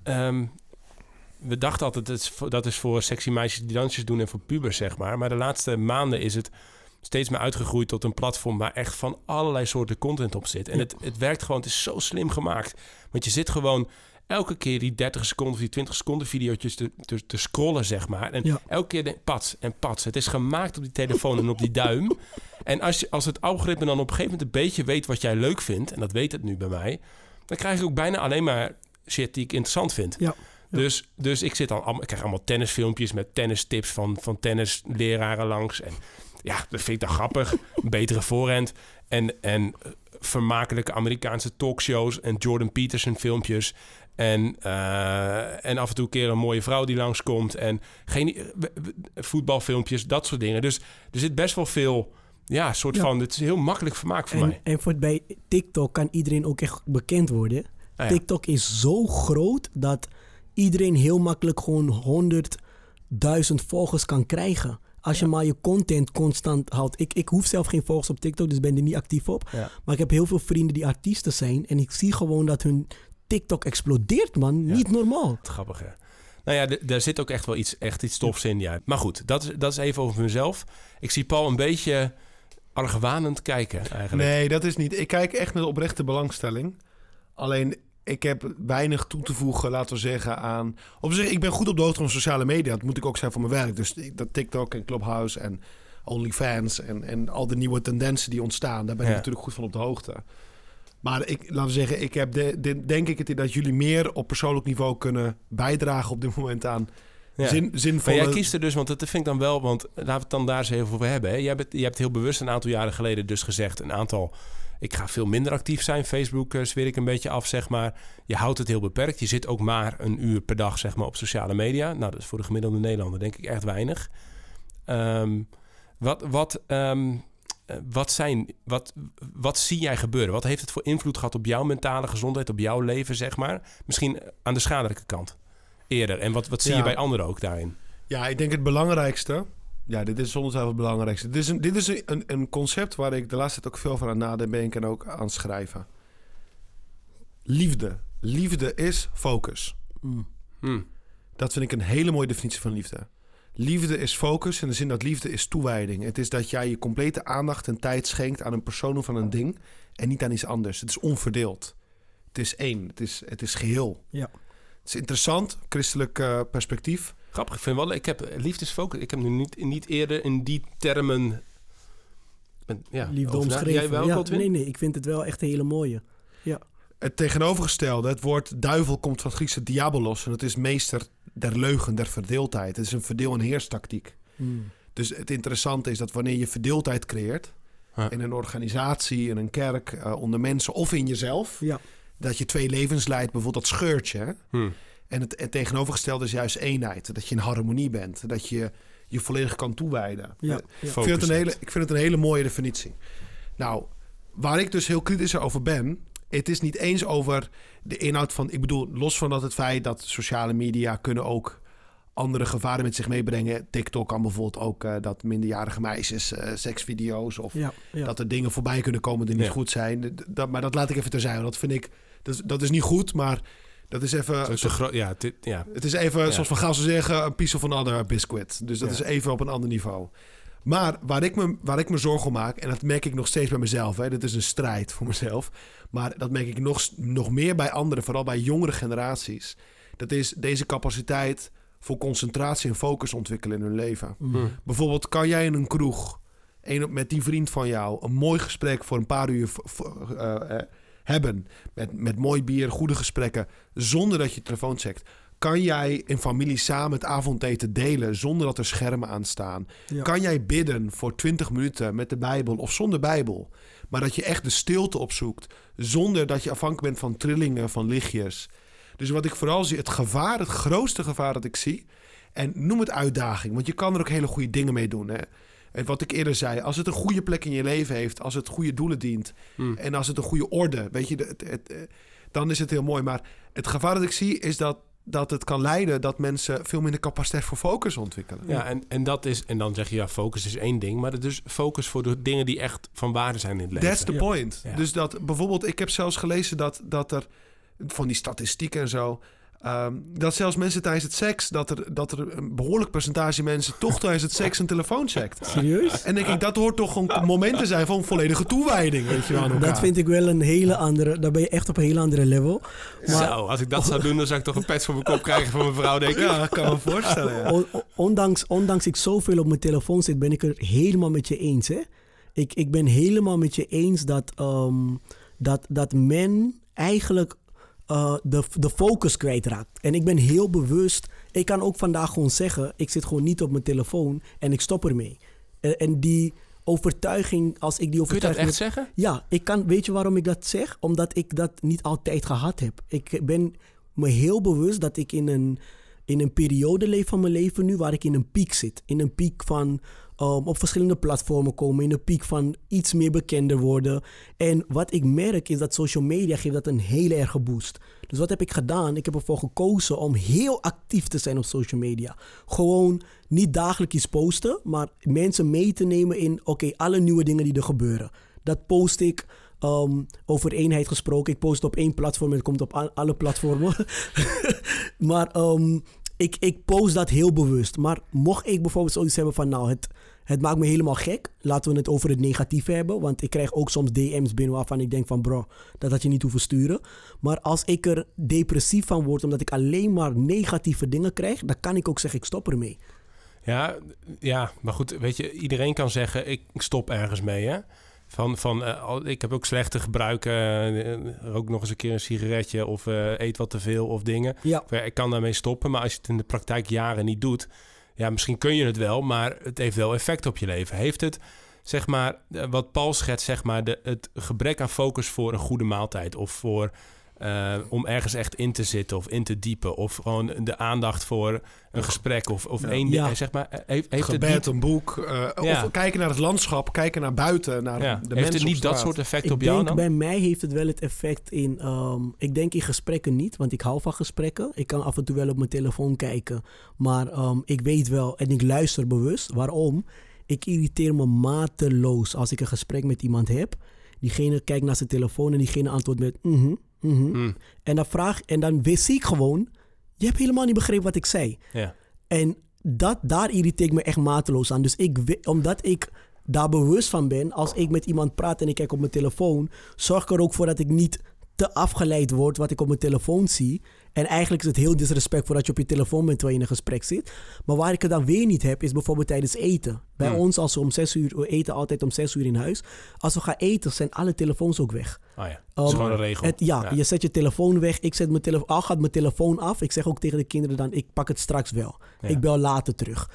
[SPEAKER 1] we dachten altijd, dat is voor sexy meisjes die dansjes doen en voor pubers, zeg maar. Maar de laatste maanden is het steeds meer uitgegroeid tot een platform waar echt van allerlei soorten content op zit. En het werkt gewoon, het is zo slim gemaakt. Want je zit gewoon elke keer die 30 seconden of die 20 seconden video's te scrollen, zeg maar. En elke keer pats. Het is gemaakt op die telefoon en op die duim. En als het algoritme dan op een gegeven moment een beetje weet wat jij leuk vindt, en dat weet het nu bij mij, dan krijg ik ook bijna alleen maar shit die ik interessant vind. Ja. Dus ik krijg allemaal tennisfilmpjes met tennistips van tennisleraren langs. En ja, dat vind ik dan grappig. Een betere voorhand. En vermakelijke Amerikaanse talkshows en Jordan Peterson filmpjes. En af en toe een keer een mooie vrouw die langskomt. En geen voetbalfilmpjes, dat soort dingen. Dus er zit best wel veel... Ja, soort van... Het is heel makkelijk vermaak voor mij.
[SPEAKER 2] En bij TikTok kan iedereen ook echt bekend worden. Ah, ja. TikTok is zo groot dat iedereen heel makkelijk gewoon 100.000 volgers kan krijgen. Als je maar je content constant houdt. Ik hoef zelf geen volgers op TikTok, dus ben er niet actief op.
[SPEAKER 1] Ja.
[SPEAKER 2] Maar ik heb heel veel vrienden die artiesten zijn. En ik zie gewoon dat hun TikTok explodeert, man.
[SPEAKER 1] Ja.
[SPEAKER 2] Niet normaal.
[SPEAKER 1] Grappig, hè? Nou ja, daar zit ook echt wel iets tofs in, ja. Maar goed, dat is even over mezelf. Ik zie Paul een beetje argwanend kijken, eigenlijk.
[SPEAKER 3] Nee, dat is niet. Ik kijk echt met oprechte belangstelling. Alleen, ik heb weinig toe te voegen, laten we zeggen, aan... Op zich, ik ben goed op de hoogte van sociale media. Dat moet ik ook zijn voor mijn werk. Dus dat TikTok en Clubhouse en OnlyFans en al de nieuwe tendensen die ontstaan... daar ben ik natuurlijk goed van op de hoogte. Maar laten we zeggen, ik heb denk ik het dat jullie meer op persoonlijk niveau kunnen bijdragen op dit moment aan zinvolle...
[SPEAKER 1] Maar jij kiest er dus, want dat vind ik dan wel... Want laten we het dan daar eens even over hebben. Hè? Je hebt heel bewust een aantal jaren geleden dus gezegd... Ik ga veel minder actief zijn. Facebook zweer ik een beetje af, zeg maar. Je houdt het heel beperkt. Je zit ook maar 1 uur per dag, zeg maar, op sociale media. Nou, dat is voor de gemiddelde Nederlander denk ik echt weinig. Wat zie jij gebeuren? Wat heeft het voor invloed gehad op jouw mentale gezondheid, op jouw leven, zeg maar? Misschien aan de schadelijke kant eerder. En wat zie je bij anderen ook daarin?
[SPEAKER 3] Ja, ik denk het belangrijkste... Ja, dit is zonder twijfel het belangrijkste. Dit is een concept waar ik de laatste tijd ook veel van aan nadenken en ook aan schrijven. Liefde. Liefde is focus. Dat vind ik een hele mooie definitie van liefde. Liefde is focus in de zin dat liefde is toewijding. Het is dat jij je complete aandacht en tijd schenkt aan een persoon of aan een ding en niet aan iets anders. Het is onverdeeld. Het is één. Het is geheel.
[SPEAKER 2] Ja.
[SPEAKER 3] Het is interessant, christelijk perspectief.
[SPEAKER 1] Grappig, ik vind wel... Ik heb liefdesfocus... Ik heb nu niet eerder in die termen...
[SPEAKER 2] Liefde omschreven.
[SPEAKER 1] Jij wel, Godwin?
[SPEAKER 2] Nee, ik vind het wel echt een hele mooie. Ja.
[SPEAKER 3] Het tegenovergestelde, het woord duivel komt van het Griekse diabolos... en het is meester der leugen, der verdeeldheid. Het is een verdeel- en heerstactiek. Dus het interessante is dat wanneer je verdeeldheid creëert... in een organisatie, in een kerk, onder mensen of in jezelf...
[SPEAKER 2] Ja.
[SPEAKER 3] Dat je 2 levens leidt, bijvoorbeeld dat scheurtje... En het tegenovergestelde is juist eenheid. Dat je in harmonie bent. Dat je je volledig kan toewijden.
[SPEAKER 2] Ja.
[SPEAKER 3] Ik vind het een hele mooie definitie. Nou, waar ik dus heel kritisch over ben... Het is niet eens over de inhoud van... Ik bedoel, los van dat het feit dat sociale media kunnen ook andere gevaren met zich meebrengen. TikTok kan bijvoorbeeld ook dat minderjarige meisjes seksvideo's... of dat er dingen voorbij kunnen komen die niet goed zijn. Maar dat laat ik even terzijde. Dat vind ik... Dat is niet goed, maar... Dat is even... Het is even, zoals we gaan zo zeggen... een piece of another biscuit. Dus dat is even op een ander niveau. Maar waar ik me zorgen om maak... en dat merk ik nog steeds bij mezelf... Hè, dit is een strijd voor mezelf... maar dat merk ik nog meer bij anderen... vooral bij jongere generaties... dat is deze capaciteit... voor concentratie en focus ontwikkelen in hun leven. Bijvoorbeeld, kan jij in een kroeg... met die vriend van jou... een mooi gesprek voor een paar uur... hebben met mooi bier, goede gesprekken, zonder dat je telefoon checkt. Kan jij in familie samen het avondeten delen zonder dat er schermen aan staan? Ja. Kan jij bidden voor 20 minuten met de Bijbel of zonder Bijbel? Maar dat je echt de stilte opzoekt zonder dat je afhankelijk bent van trillingen, van lichtjes. Dus wat ik vooral zie, het grootste gevaar dat ik zie, en noem het uitdaging, want je kan er ook hele goede dingen mee doen, hè? En wat ik eerder zei, als het een goede plek in je leven heeft... als het goede doelen dient... en als het een goede orde... weet je, dan is het heel mooi. Maar het gevaar dat ik zie is dat het kan leiden... dat mensen veel minder capaciteit voor focus ontwikkelen.
[SPEAKER 1] Ja, en dat is... En dan zeg je, focus is één ding... maar dus focus voor de dingen die echt van waarde zijn in het leven.
[SPEAKER 3] That's the point.
[SPEAKER 1] Ja.
[SPEAKER 3] Dus dat bijvoorbeeld... Ik heb zelfs gelezen dat er... van die statistieken en zo... dat zelfs mensen tijdens het seks... dat er een behoorlijk percentage mensen... toch tijdens het seks een telefoon checkt.
[SPEAKER 2] Serieus?
[SPEAKER 3] En denk ik, dat hoort toch een moment te zijn... van volledige toewijding, weet je wel, aan elkaar.
[SPEAKER 2] Dat vind ik wel een hele andere... Daar ben je echt op een heel andere level. Maar,
[SPEAKER 1] zo, als ik dat zou doen... dan zou ik toch een pet voor mijn kop krijgen van mijn vrouw, denk ik.
[SPEAKER 3] Ja, dat kan me voorstellen, ja.
[SPEAKER 2] Ondanks ik zoveel op mijn telefoon zit... ben ik er helemaal met je eens, hè. Ik ben helemaal met je eens dat men eigenlijk... de focus kwijtraakt. En ik ben heel bewust... Ik kan ook vandaag gewoon zeggen... ik zit gewoon niet op mijn telefoon en ik stop ermee. En die overtuiging... als ik die overtuiging...
[SPEAKER 1] Kun je dat echt zeggen?
[SPEAKER 2] Ja, ik kan... Weet je waarom ik dat zeg? Omdat ik dat niet altijd gehad heb. Ik ben me heel bewust dat ik in een periode leef van mijn leven nu... waar ik in een piek zit. In een piek van... op verschillende platformen komen... in een piek van iets meer bekender worden. En wat ik merk is dat social media geeft dat een hele erge boost. Dus wat heb ik gedaan? Ik heb ervoor gekozen om heel actief te zijn op social media. Gewoon niet dagelijks iets posten, maar mensen mee te nemen in alle nieuwe dingen die er gebeuren. Dat post ik. Over eenheid gesproken. Ik post op 1 platform en het komt op alle platformen. Maar ik post dat heel bewust. Maar mocht ik bijvoorbeeld zoiets hebben van... Het maakt me helemaal gek. Laten we het over het negatieve hebben. Want ik krijg ook soms DM's binnen waarvan ik denk van... Bro, dat had je niet hoeven sturen. Maar als ik er depressief van word... omdat ik alleen maar negatieve dingen krijg... dan kan ik ook zeggen, ik stop ermee.
[SPEAKER 1] Ja, maar goed, weet je... Iedereen kan zeggen, ik stop ergens mee, hè? Ik heb ook slechte gebruiken, rook nog eens een keer een sigaretje of eet wat te veel of dingen.
[SPEAKER 2] Ja.
[SPEAKER 1] Ik kan daarmee stoppen, maar als je het in de praktijk jaren niet doet, ja, misschien kun je het wel, maar het heeft wel effect op je leven. Heeft het, zeg maar, wat Paul schetst, zeg maar, het gebrek aan focus voor een goede maaltijd of voor... om ergens echt in te zitten of in te diepen... of gewoon de aandacht voor een gesprek of één ding, zeg maar... Heeft
[SPEAKER 3] gebed,
[SPEAKER 1] het niet...
[SPEAKER 3] een boek, of kijken naar het landschap... kijken naar buiten, naar de mensen.
[SPEAKER 1] Heeft het niet dat soort effect op jou dan?
[SPEAKER 2] Ik denk, bij mij heeft het wel het effect in... ik denk in gesprekken niet, want ik hou van gesprekken. Ik kan af en toe wel op mijn telefoon kijken... maar ik weet wel en ik luister bewust. Waarom? Ik irriteer me mateloos als ik een gesprek met iemand heb. Diegene kijkt naar zijn telefoon en diegene antwoordt met... En dan zie ik gewoon... je hebt helemaal niet begrepen wat ik zei.
[SPEAKER 1] Ja.
[SPEAKER 2] En daar irriteer ik me echt mateloos aan. Dus omdat ik daar bewust van ben... als ik met iemand praat en ik kijk op mijn telefoon... zorg ik er ook voor dat ik niet te afgeleid word... wat ik op mijn telefoon zie. En eigenlijk is het heel disrespectvol dat je op je telefoon bent... terwijl je in een gesprek zit. Maar waar ik het dan weer niet heb... is bijvoorbeeld tijdens eten. Bij ons, als we om 6 uur... we eten altijd om 6 uur in huis. Als we gaan eten, zijn alle telefoons ook weg.
[SPEAKER 1] Oh ja, dat is gewoon een regel.
[SPEAKER 2] Je zet je telefoon weg. Ik zet mijn telefoon... Al gaat mijn telefoon af. Ik zeg ook tegen de kinderen dan... ik pak het straks wel. Ja. Ik bel later terug.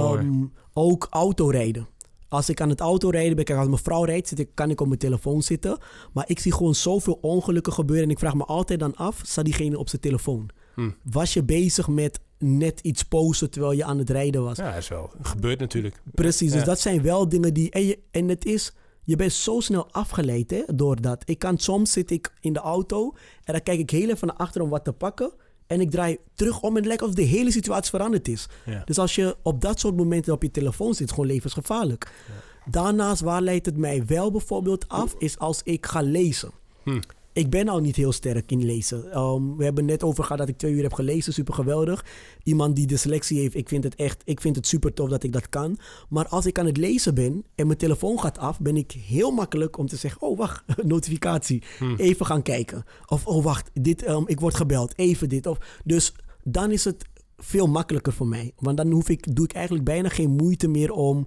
[SPEAKER 2] Ook autorijden. Als ik aan het autorijden ben, kijk, als mijn vrouw rijdt, kan ik op mijn telefoon zitten. Maar ik zie gewoon zoveel ongelukken gebeuren. En ik vraag me altijd dan af, staat diegene op zijn telefoon? Was je bezig met net iets posten terwijl je aan het rijden was?
[SPEAKER 1] Ja, dat is wel. Gebeurt natuurlijk.
[SPEAKER 2] Precies, dus dat zijn wel dingen die... En het is... Je bent zo snel afgeleid, hè, door dat. Soms zit ik in de auto en dan kijk ik heel even naar achter om wat te pakken. En ik draai terug om en het lijkt of de hele situatie veranderd is. Ja. Dus als je op dat soort momenten op je telefoon zit, is het gewoon levensgevaarlijk. Ja. Daarnaast, waar leidt het mij wel bijvoorbeeld af, is als ik ga lezen. Ik ben al niet heel sterk in lezen. We hebben net over gehad dat ik 2 uur heb gelezen. Super geweldig. Iemand die dyslexie heeft, ik vind het super tof dat ik dat kan. Maar als ik aan het lezen ben en mijn telefoon gaat af, ben ik heel makkelijk om te zeggen, oh wacht, notificatie. Even gaan kijken. Of oh wacht, ik word gebeld. Even dit. Dus dan is het veel makkelijker voor mij. Want dan doe ik eigenlijk bijna geen moeite meer om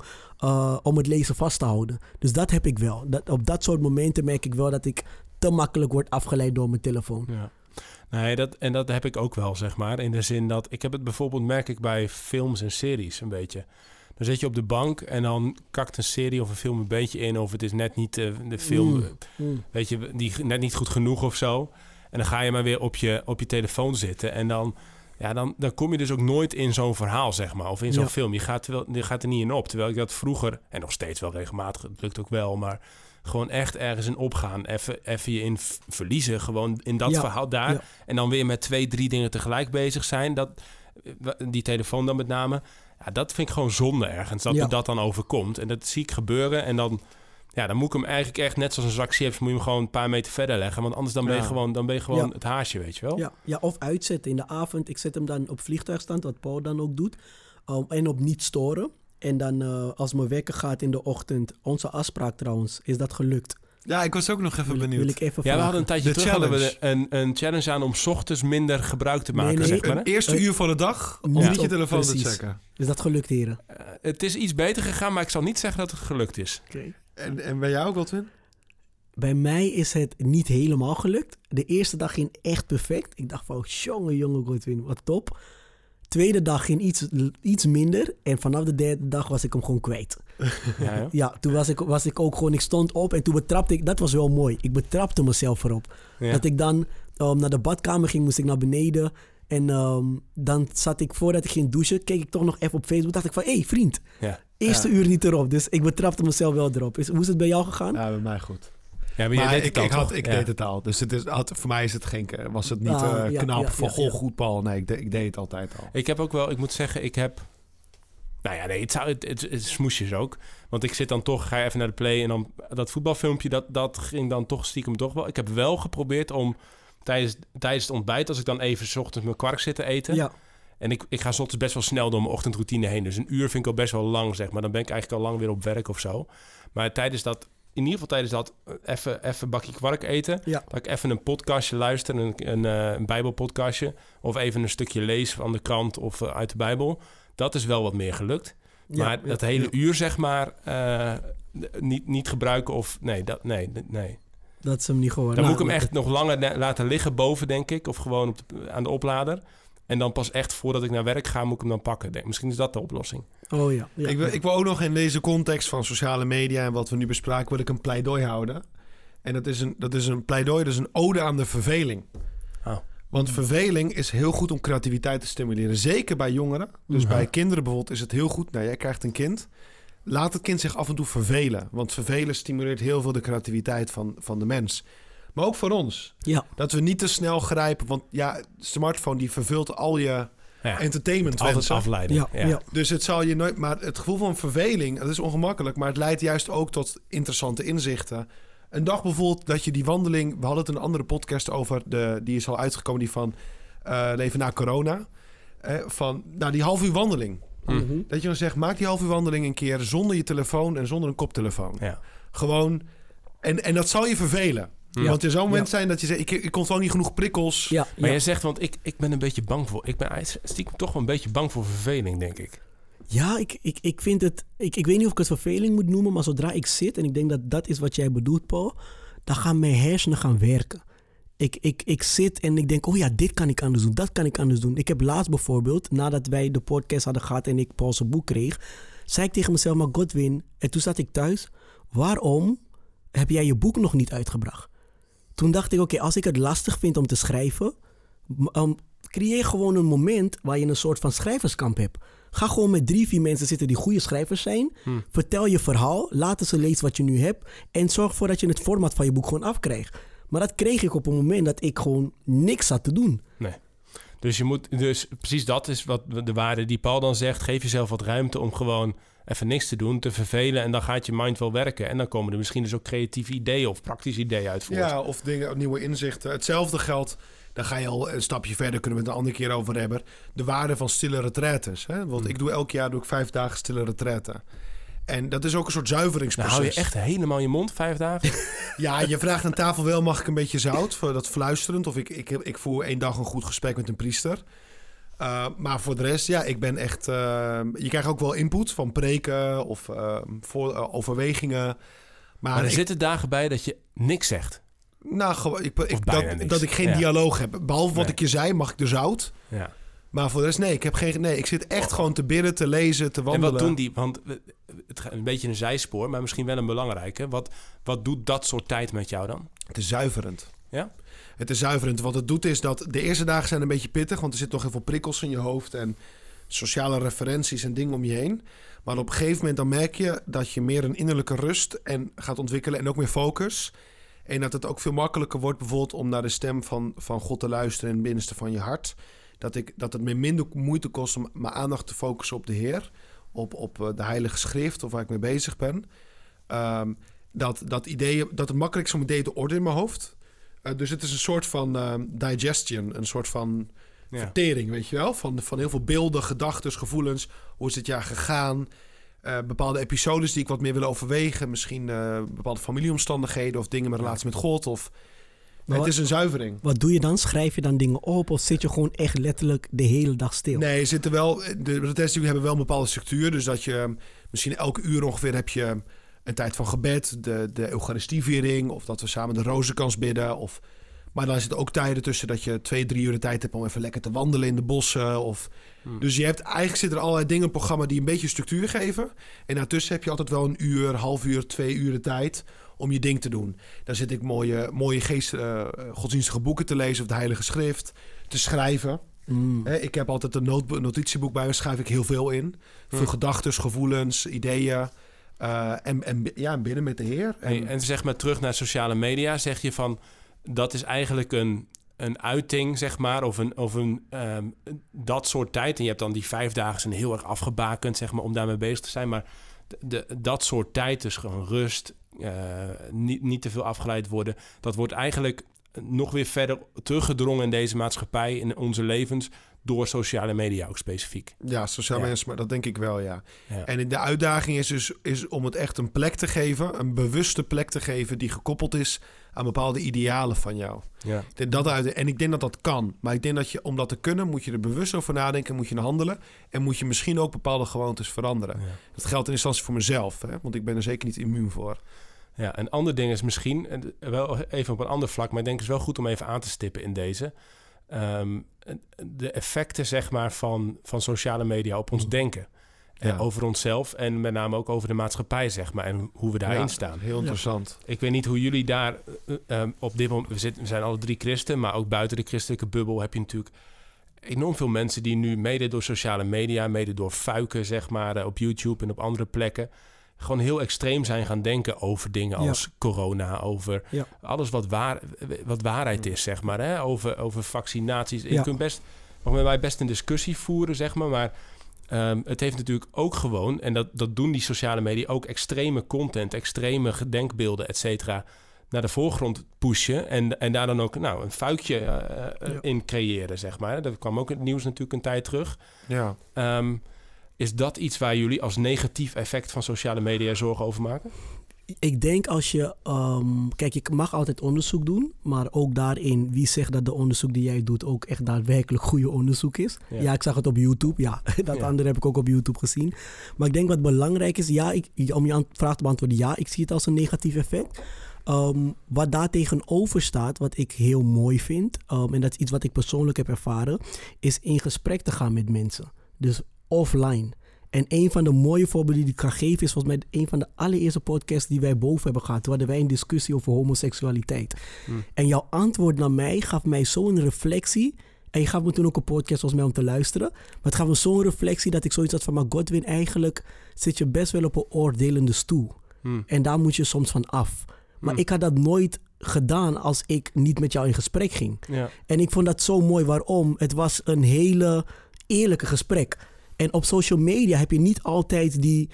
[SPEAKER 2] het lezen vast te houden. Dus dat heb ik wel. Op dat soort momenten merk ik wel dat ik te makkelijk wordt afgeleid door mijn telefoon.
[SPEAKER 1] Ja. Nee, dat heb ik ook wel, zeg maar. In de zin dat... Ik heb het bijvoorbeeld, merk ik bij films en series een beetje. Dan zit je op de bank en dan kakt een serie of een film een beetje in... of het is net niet de film, weet je, die net niet goed genoeg of zo. En dan ga je maar weer op je telefoon zitten en dan kom je dus ook nooit in zo'n verhaal, zeg maar. Of in zo'n film. Je gaat er niet in op. Terwijl ik dat vroeger, en nog steeds wel regelmatig, het lukt ook wel, maar... gewoon echt ergens in opgaan. Even je in verliezen. Gewoon in dat verhaal daar. Ja. En dan weer met 2, 3 dingen tegelijk bezig zijn. Die telefoon dan met name. Ja, dat vind ik gewoon zonde ergens. Dat dat dan overkomt. En dat zie ik gebeuren. En dan moet ik hem eigenlijk echt net zoals een zak chips... moet je hem gewoon een paar meter verder leggen. Want anders dan ben je gewoon het haasje, weet je wel.
[SPEAKER 2] Ja, of uitzetten in de avond. Ik zet hem dan op vliegtuigstand, wat Paul dan ook doet. En op niet storen. En dan als mijn wekker gaat in de ochtend... Onze afspraak trouwens, is dat gelukt?
[SPEAKER 3] Ja, ik was ook nog even benieuwd.
[SPEAKER 2] Wil ik even
[SPEAKER 1] we hadden een tijdje terug een challenge aan... om 's ochtends minder gebruik te maken.
[SPEAKER 2] Nee.
[SPEAKER 1] Zeg maar,
[SPEAKER 3] een eerste uur van de dag om niet je telefoon te checken.
[SPEAKER 2] Is dat gelukt, heren?
[SPEAKER 1] Het is iets beter gegaan, maar ik zal niet zeggen dat het gelukt is.
[SPEAKER 2] Okay.
[SPEAKER 3] En bij jou, Godwin?
[SPEAKER 2] Bij mij is het niet helemaal gelukt. De eerste dag ging echt perfect. Ik dacht van, jongen, Godwin, wat top. Tweede dag ging iets minder. En vanaf de derde dag was ik hem gewoon kwijt. Ja, toen was ik ook gewoon... Ik stond op en toen betrapte ik... Dat was wel mooi. Ik betrapte mezelf erop. Ja. Dat ik dan naar de badkamer ging, moest ik naar beneden. En dan zat ik, voordat ik ging douchen... keek ik toch nog even op Facebook. Dacht ik van, hé vriend. Eerste uur niet erop. Dus ik betrapte mezelf wel erop. Hoe is het bij jou gegaan?
[SPEAKER 3] Ja, bij mij goed.
[SPEAKER 1] Ja, maar jij deed het al, toch?
[SPEAKER 3] Ik deed het al. Dus voor mij is het was het niet knap van goed Paul. Nee, ik deed het altijd al.
[SPEAKER 1] Ik heb ook wel, ik moet zeggen, nou ja, nee, het is smoesjes ook. Want ik zit dan toch, ga even naar de play en dan dat voetbalfilmpje, dat ging dan toch stiekem toch wel. Ik heb wel geprobeerd om tijdens het ontbijt, als ik dan even 's ochtends mijn kwark zit te eten. Ja. En ik ga 's ochtends best wel snel door mijn ochtendroutine heen. Dus 1 uur vind ik al best wel lang, zeg maar. Dan ben ik eigenlijk al lang weer op werk of zo. Maar tijdens dat even een bakje kwark eten. Ja. Dat ik even een podcastje luister, een bijbelpodcastje. Of even een stukje lees van de krant of uit de Bijbel. Dat is wel wat meer gelukt. Maar dat hele uur, zeg maar, niet gebruiken of... Nee.
[SPEAKER 2] Dat is hem niet gewoon.
[SPEAKER 1] Dan moet ik hem echt nog langer laten liggen boven, denk ik. Of gewoon aan de oplader. En dan pas echt voordat ik naar werk ga, moet ik hem dan pakken. Misschien is dat de oplossing.
[SPEAKER 2] Oh ja.
[SPEAKER 3] Ik wil ook nog in deze context van sociale media en wat we nu bespraken, wil ik een pleidooi houden. En dat is een pleidooi, dat is een ode aan de verveling. Oh. Want verveling is heel goed om creativiteit te stimuleren. Zeker bij jongeren. Dus bij kinderen bijvoorbeeld is het heel goed. Nou, jij krijgt een kind. Laat het kind zich af en toe vervelen. Want vervelen stimuleert heel veel de creativiteit van de mens. Maar ook voor ons. Ja. Dat we niet te snel grijpen. Want ja, de smartphone die vervult al je entertainment.
[SPEAKER 1] Altijd afleiding.
[SPEAKER 3] Ja. Dus het zal je nooit... Maar het gevoel van verveling, dat is ongemakkelijk. Maar het leidt juist ook tot interessante inzichten. Een dag bijvoorbeeld dat je die wandeling... We hadden het in een andere podcast over. Die is al uitgekomen, die van Leven na corona. Die half uur wandeling. Mm-hmm. Dat je dan zegt, maak die half uur wandeling een keer zonder je telefoon en zonder een koptelefoon. Ja. Gewoon... En dat zal je vervelen. Ja. Want er zou een moment zijn dat je zegt, ik kon gewoon niet genoeg prikkels.
[SPEAKER 1] Ja. Maar jij zegt, want ik ben een beetje bang voor... Ik ben stiekem toch wel een beetje bang voor verveling, denk ik.
[SPEAKER 2] Ja, ik vind het... Ik weet niet of ik het verveling moet noemen, maar zodra ik zit... en ik denk dat is wat jij bedoelt, Paul... dan gaan mijn hersenen gaan werken. Ik zit en ik denk, oh ja, dit kan ik anders doen, dat kan ik anders doen. Ik heb laatst bijvoorbeeld, nadat wij de podcast hadden gehad... en ik Paul's boek kreeg... zei ik tegen mezelf, maar Godwin... en toen zat ik thuis... waarom heb jij je boek nog niet uitgebracht? Toen dacht ik, oké, als ik het lastig vind om te schrijven... creëer gewoon een moment waar je een soort van schrijverskamp hebt. Ga gewoon met 3-4 mensen zitten die goede schrijvers zijn. Vertel je verhaal, laten ze lezen wat je nu hebt... en zorg ervoor dat je het format van je boek gewoon afkrijgt. Maar dat kreeg ik op een moment dat ik gewoon niks had te doen.
[SPEAKER 1] Nee. Dus precies dat is wat de waarde die Paul dan zegt. Geef jezelf wat ruimte om gewoon even niks te doen, te vervelen... en dan gaat je mind wel werken. En dan komen er misschien dus ook creatieve ideeën of praktische ideeën uit voort.
[SPEAKER 3] Ja, of nieuwe inzichten. Hetzelfde geldt, daar ga je al een stapje verder... kunnen we het een andere keer over hebben. De waarde van stille retraites. Hè? Want ik doe elk jaar 5 dagen stille retraite. En dat is ook een soort zuiveringsproces.
[SPEAKER 1] Nou, hou je echt helemaal je mond 5 dagen?
[SPEAKER 3] Ja, je vraagt aan tafel wel, mag ik een beetje zout? Voor dat fluisterend. Of ik voer 1 dag een goed gesprek met een priester. Maar voor de rest, ja, ik ben echt... je krijgt ook wel input van preken of overwegingen. Maar
[SPEAKER 1] er zitten dagen bij dat je niks zegt.
[SPEAKER 3] Nou, dat ik geen dialoog heb. Behalve wat ik je zei, mag ik de zout. Ja. Maar voor de rest, nee, ik zit echt gewoon te bidden, te lezen, te wandelen.
[SPEAKER 1] En wat doen die? Want het gaat een beetje een zijspoor, maar misschien wel een belangrijke. Wat doet dat soort tijd met jou dan?
[SPEAKER 3] Het is zuiverend.
[SPEAKER 1] Ja?
[SPEAKER 3] Het is zuiverend. Wat het doet is dat de eerste dagen zijn een beetje pittig, want er zitten nog heel veel prikkels in je hoofd en sociale referenties en dingen om je heen. Maar op een gegeven moment dan merk je dat je meer een innerlijke rust en gaat ontwikkelen en ook meer focus. En dat het ook veel makkelijker wordt bijvoorbeeld om naar de stem van God te luisteren in het binnenste van je hart. Dat het me minder moeite kost om mijn aandacht te focussen op de Heer. Op de Heilige Schrift of waar ik mee bezig ben. Dat het makkelijk is om ideeën te ordenen in mijn hoofd. Dus het is een soort van digestion. Een soort van vertering, weet je wel? Van heel veel beelden, gedachten, gevoelens. Hoe is het jaar gegaan? Bepaalde episodes die ik wat meer wil overwegen. Misschien bepaalde familieomstandigheden of dingen met relatie met God of... Het is een zuivering.
[SPEAKER 2] Wat doe je dan? Schrijf je dan dingen op of zit je gewoon echt letterlijk de hele dag stil?
[SPEAKER 3] Nee, de retesten hebben wel een bepaalde structuur. Dus dat je misschien elke uur ongeveer heb je een tijd van gebed, de Eucharistieviering of dat we samen de rozenkans bidden. Maar dan zitten ook tijden tussen dat je 2-3 uur de tijd hebt om even lekker te wandelen in de bossen. Dus eigenlijk zitten er allerlei dingen in het programma die een beetje structuur geven. En daartussen heb je altijd wel 1 uur, half uur, 2 uur de tijd om je ding te doen. Dan zit ik mooie godsdienstige boeken te lezen of de Heilige Schrift, te schrijven. Ik heb altijd een notitieboek bij me, schrijf ik heel veel in. Veel gedachten, gevoelens, ideeën. En bidden met de Heer.
[SPEAKER 1] En zeg maar terug naar sociale media. Zeg je van, dat is eigenlijk een uiting, zeg maar, of een dat soort tijd. En je hebt dan die 5 dagen zijn heel erg afgebakend, zeg maar, om daarmee bezig te zijn. Maar dat soort tijd, dus gewoon rust, niet te veel afgeleid worden. Dat wordt eigenlijk nog weer verder teruggedrongen in deze maatschappij, in onze levens, door sociale media ook specifiek.
[SPEAKER 3] Ja, sociale media, maar dat denk ik wel, ja.
[SPEAKER 1] Ja.
[SPEAKER 3] En de uitdaging is om het echt een plek te geven, een bewuste plek te geven die gekoppeld is aan bepaalde idealen van jou.
[SPEAKER 1] Ja.
[SPEAKER 3] En ik denk dat kan. Maar ik denk dat om dat te kunnen, moet je er bewust over nadenken, moet je handelen en moet je misschien ook bepaalde gewoontes veranderen. Ja. Dat geldt in instantie voor mezelf, hè? Want ik ben er zeker niet immuun voor.
[SPEAKER 1] Ja, een ander ding is misschien, wel even op een ander vlak, maar ik denk het is wel goed om even aan te stippen in deze. De effecten, zeg maar, van sociale media op ons denken. Ja. Over onszelf en met name ook over de maatschappij, zeg maar, en hoe we daarin staan.
[SPEAKER 3] Heel interessant.
[SPEAKER 1] Ik weet niet hoe jullie daar op dit moment... We zijn alle 3 christen, maar ook buiten de christelijke bubbel heb je natuurlijk enorm veel mensen die nu mede door sociale media, mede door fuiken, zeg maar, op YouTube en op andere plekken, gewoon heel extreem zijn gaan denken over dingen als corona, over alles wat waarheid is, zeg maar, hè? Over vaccinaties. Je kunt mag met mij best een discussie voeren, zeg maar het heeft natuurlijk ook gewoon, en dat doen die sociale media ook, extreme content, extreme denkbeelden, et cetera, naar de voorgrond pushen en daar dan ook een fuikje in creëren, zeg maar. Dat kwam ook in het nieuws natuurlijk een tijd terug. Ja. Is dat iets waar jullie als negatief effect van sociale media zorgen over maken?
[SPEAKER 2] Ik denk als je... kijk, je mag altijd onderzoek doen. Maar ook daarin, wie zegt dat de onderzoek die jij doet ook echt daadwerkelijk goede onderzoek is? Ja, ik zag het op YouTube. Ja, andere heb ik ook op YouTube gezien. Maar ik denk wat belangrijk is, om je vraag te beantwoorden, ja, ik zie het als een negatief effect. Wat daar tegenover staat, wat ik heel mooi vind, en dat is iets wat ik persoonlijk heb ervaren, is in gesprek te gaan met mensen. Dus offline. En een van de mooie voorbeelden die ik kan geven is volgens mij een van de allereerste podcasts die wij boven hebben gehad. Toen hadden wij een discussie over homoseksualiteit. En jouw antwoord naar mij gaf mij zo'n reflectie. En je gaf me toen ook een podcast volgens mij om te luisteren. Maar het gaf me zo'n reflectie dat ik zoiets had van, maar Godwin, eigenlijk zit je best wel op een oordelende stoel. En daar moet je soms van af. Maar ik had dat nooit gedaan als ik niet met jou in gesprek ging. Ja. En ik vond dat zo mooi. Waarom? Het was een hele eerlijke gesprek. En op social media heb je niet altijd die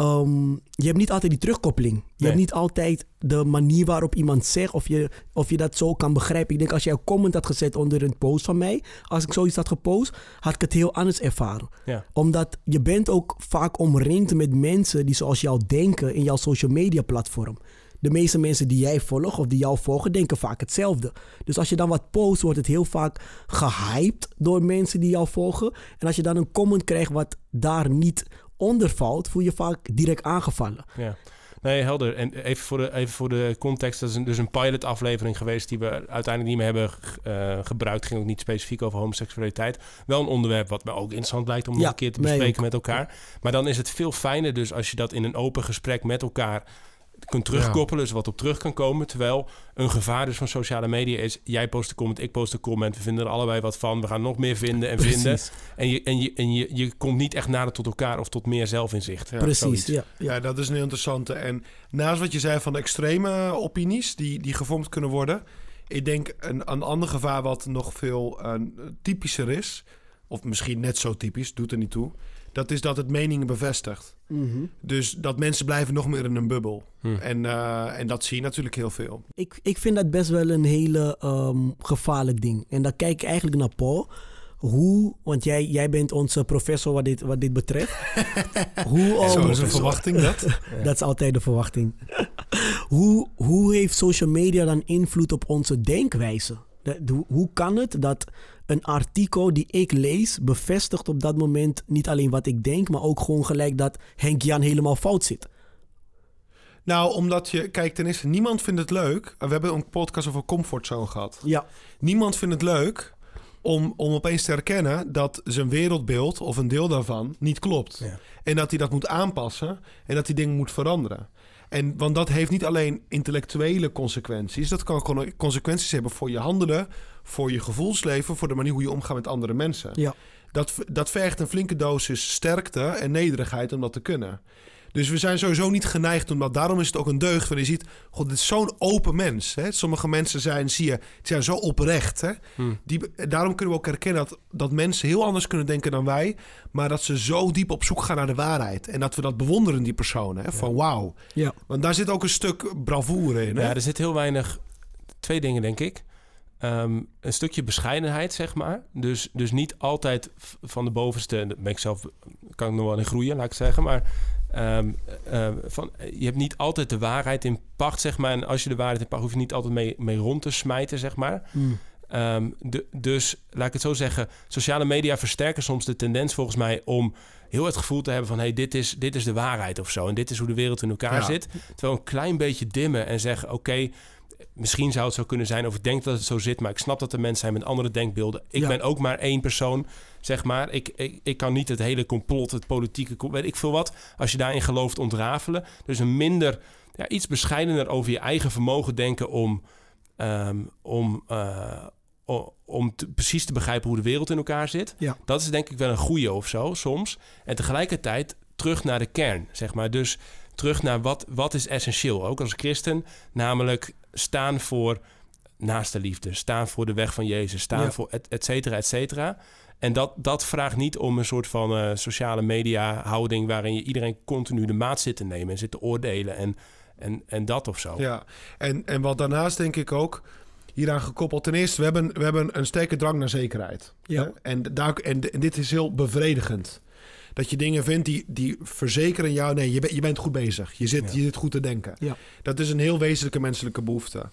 [SPEAKER 2] terugkoppeling. Je hebt niet altijd de manier waarop iemand zegt of je dat zo kan begrijpen. Ik denk als jij een comment had gezet onder een post van mij, als ik zoiets had gepost, had ik het heel anders ervaren. Ja. Omdat je bent ook vaak omringd met mensen die zoals jou denken in jouw social media platform. De meeste mensen die jij volgt of die jou volgen, denken vaak hetzelfde. Dus als je dan wat post, wordt het heel vaak gehyped door mensen die jou volgen. En als je dan een comment krijgt wat daar niet onder valt, voel je vaak direct aangevallen. Ja.
[SPEAKER 1] Nee, helder. En even voor de context, dat is dus een pilot-aflevering geweest die we uiteindelijk niet meer hebben gebruikt. Het ging ook niet specifiek over homoseksualiteit. Wel een onderwerp wat me ook interessant lijkt om nog een keer te bespreken met elkaar. Maar dan is het veel fijner dus als je dat in een open gesprek met elkaar kunt terugkoppelen, dus wat op terug kan komen. Terwijl een gevaar dus van sociale media is, jij post een comment, ik post een comment, we vinden er allebei wat van, we gaan nog meer vinden en vinden. En je komt niet echt nader tot elkaar of tot meer zelfinzicht.
[SPEAKER 3] Ja, precies, ja, dat is een interessante. En naast wat je zei van de extreme opinies die gevormd kunnen worden, ik denk een ander gevaar wat nog veel typischer is, of misschien net zo typisch, doet er niet toe, dat is dat het meningen bevestigt. Mm-hmm. Dus dat mensen blijven nog meer in een bubbel. En dat zie je natuurlijk heel veel.
[SPEAKER 2] Ik vind dat best wel een hele gevaarlijk ding. En dan kijk ik eigenlijk naar Paul. Want jij bent onze professor wat dit betreft.
[SPEAKER 3] Zo is een verwachting dat?
[SPEAKER 2] Dat is altijd de verwachting. Hoe heeft social media dan invloed op onze denkwijze? Hoe kan het dat een artikel die ik lees bevestigt op dat moment niet alleen wat ik denk, maar ook gewoon gelijk dat Henk Jan helemaal fout zit?
[SPEAKER 3] Nou, omdat kijk, ten eerste, niemand vindt het leuk. We hebben een podcast over comfortzone gehad. Ja. Niemand vindt het leuk om opeens te herkennen dat zijn wereldbeeld of een deel daarvan niet klopt. Ja. En dat hij dat moet aanpassen en dat hij dingen moet veranderen. Want dat heeft niet alleen intellectuele consequenties. Dat kan gewoon consequenties hebben voor je handelen, voor je gevoelsleven, voor de manier hoe je omgaat met andere mensen. Ja. Dat vergt een flinke dosis sterkte en nederigheid om dat te kunnen. Dus we zijn sowieso niet geneigd, omdat daarom is het ook een deugd. Want je ziet, god, dit is zo'n open mens. Hè? Sommige mensen zijn zo oprecht. Hè? Daarom kunnen we ook herkennen dat mensen heel anders kunnen denken dan wij. Maar dat ze zo diep op zoek gaan naar de waarheid. En dat we dat bewonderen, die personen. Hè? Van wauw. Ja. Want daar zit ook een stuk bravoure in. Hè?
[SPEAKER 1] Ja, er zit heel weinig... 2 dingen, denk ik. Een stukje bescheidenheid, zeg maar. Dus niet altijd van de bovenste... Dat ben ik zelf... Kan ik nog wel in groeien, laat ik zeggen. Maar je hebt niet altijd de waarheid in pacht, zeg maar. En als je de waarheid in pacht, hoef je niet altijd mee rond te smijten, zeg maar. Dus, laat ik het zo zeggen... Sociale media versterken soms de tendens, volgens mij... om heel het gevoel te hebben van... hey, dit is de waarheid of zo. En dit is hoe de wereld in elkaar zit. Terwijl een klein beetje dimmen en zeggen... oké, misschien zou het zo kunnen zijn... of ik denk dat het zo zit... maar ik snap dat er mensen zijn met andere denkbeelden. Ik ben ook maar 1 persoon, zeg maar. Ik kan niet het hele complot, het politieke... weet ik veel wat, als je daarin gelooft, ontrafelen. Dus een minder... iets bescheidener over je eigen vermogen denken... om precies te begrijpen hoe de wereld in elkaar zit. Ja. Dat is denk ik wel een goeie of zo, soms. En tegelijkertijd terug naar de kern, zeg maar. Dus terug naar wat is essentieel, ook als christen. Namelijk staan voor naaste liefde, staan voor de weg van Jezus, staan voor et cetera, et cetera. En dat vraagt niet om een soort van sociale media houding... waarin je iedereen continu de maat zit te nemen en zit te oordelen en dat of zo. Ja,
[SPEAKER 3] en wat daarnaast denk ik ook... hieraan gekoppeld. Ten eerste, we hebben een sterke drang naar zekerheid. Ja. En dit is heel bevredigend. Dat je dingen vindt die verzekeren jou... nee, je bent goed bezig. Je zit goed te denken. Ja. Dat is een heel wezenlijke menselijke behoefte.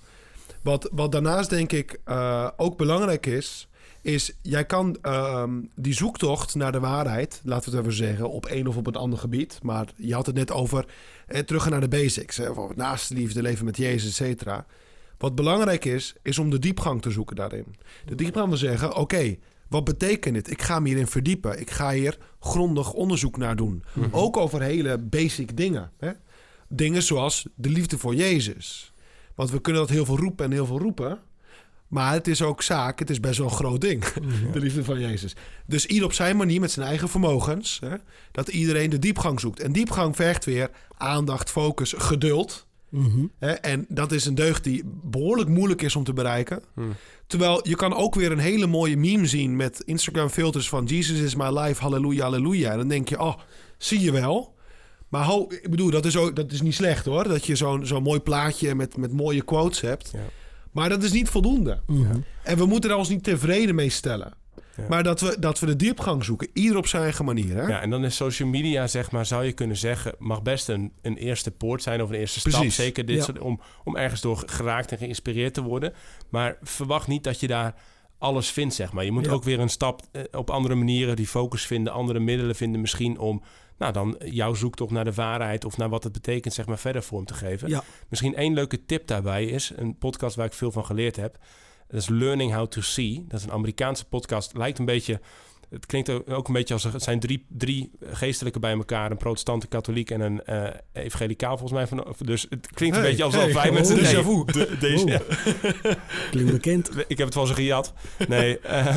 [SPEAKER 3] Wat daarnaast denk ik ook belangrijk is... jij kan die zoektocht naar de waarheid... laten we het even zeggen, op een of op een ander gebied... maar je had het net over terug naar de basics. Naaste liefde, leven met Jezus, et cetera... Wat belangrijk is om de diepgang te zoeken daarin. De diepgang wil zeggen, oké, wat betekent dit? Ik ga me hierin verdiepen. Ik ga hier grondig onderzoek naar doen. Mm-hmm. Ook over hele basic dingen. Hè? Dingen zoals de liefde voor Jezus. Want we kunnen dat heel veel roepen. Maar het is ook zaak, het is best wel een groot ding. Mm-hmm. De liefde van Jezus. Dus ieder op zijn manier met zijn eigen vermogens. Hè, dat iedereen de diepgang zoekt. En diepgang vergt weer aandacht, focus, geduld... Mm-hmm. En dat is een deugd die behoorlijk moeilijk is om te bereiken. Terwijl je kan ook weer een hele mooie meme zien... met Instagram filters van Jesus is my life, halleluja, halleluja. En dan denk je, zie je wel. Maar ik bedoel, dat is niet slecht hoor. Dat je zo'n mooi plaatje met mooie quotes hebt. Ja. Maar dat is niet voldoende. Mm-hmm. En we moeten er ons niet tevreden mee stellen. Ja. Maar dat we de diepgang zoeken. Ieder op zijn eigen manier. Hè?
[SPEAKER 1] Ja, en dan is social media, zeg maar, zou je kunnen zeggen... mag best een eerste poort zijn of een eerste stap.
[SPEAKER 3] Precies.
[SPEAKER 1] Zeker dit soort, om ergens door geraakt en geïnspireerd te worden. Maar verwacht niet dat je daar alles vindt, zeg maar. Je moet ook weer een stap op andere manieren... die focus vinden, andere middelen vinden misschien... om dan jouw zoektocht naar de waarheid... of naar wat het betekent, zeg maar, verder vorm te geven. Ja. Misschien 1 leuke tip daarbij is... een podcast waar ik veel van geleerd heb... Dat is Learning How to See. Dat is een Amerikaanse podcast. Lijkt een beetje... Het klinkt ook een beetje als... Het zijn drie geestelijken bij elkaar. Een protestant, een katholiek en een evangelicaal volgens mij. Dus het klinkt een beetje alsof wij met z'n... Deze.
[SPEAKER 2] Klinkt bekend.
[SPEAKER 1] Ik heb het van ze gejat. Nee.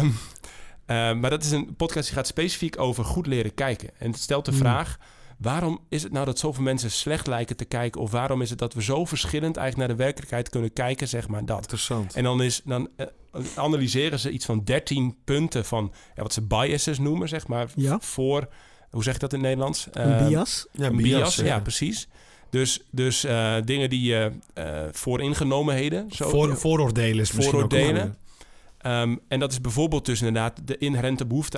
[SPEAKER 1] Maar dat is een podcast die gaat specifiek over goed leren kijken. En het stelt de vraag... Waarom is het nou dat zoveel mensen slecht lijken te kijken? Of waarom is het dat we zo verschillend eigenlijk naar de werkelijkheid kunnen kijken? Zeg maar dat.
[SPEAKER 3] Interessant.
[SPEAKER 1] En dan analyseren ze iets van 13 punten van wat ze biases noemen, zeg maar. Ja. Voor, hoe zeg je dat in het Nederlands?
[SPEAKER 2] Een bias?
[SPEAKER 1] Ja, een bias, ja, precies. Dus dingen die vooringenomenheden.
[SPEAKER 3] Vooroordelen is misschien
[SPEAKER 1] vooroordelen. En dat is bijvoorbeeld dus inderdaad de inherente behoefte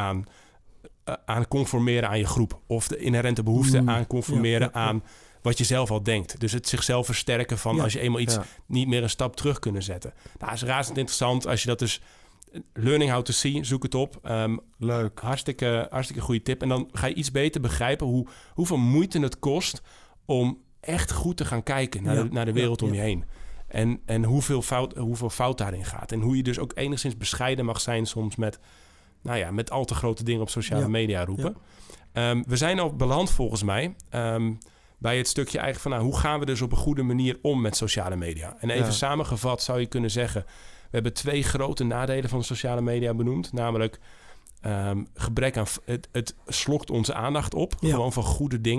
[SPEAKER 1] aan conformeren aan je groep. Of de inherente behoefte aan conformeren aan wat je zelf al denkt. Dus het zichzelf versterken van als je eenmaal iets niet meer een stap terug kunnen zetten. Nou, is razend interessant als je dat dus... Learning How to See, zoek het op.
[SPEAKER 3] Leuk.
[SPEAKER 1] Hartstikke goede tip. En dan ga je iets beter begrijpen hoeveel moeite het kost om echt goed te gaan kijken naar de wereld om je heen. En hoeveel fout daarin gaat. En hoe je dus ook enigszins bescheiden mag zijn soms met al te grote dingen op sociale media roepen. Ja. We zijn al beland volgens mij bij het stukje eigenlijk van... hoe gaan we dus op een goede manier om met sociale media? En even samengevat zou je kunnen zeggen... we hebben 2 grote nadelen van sociale media benoemd. Namelijk gebrek aan... Het slokt onze aandacht op, gewoon van goede dingen.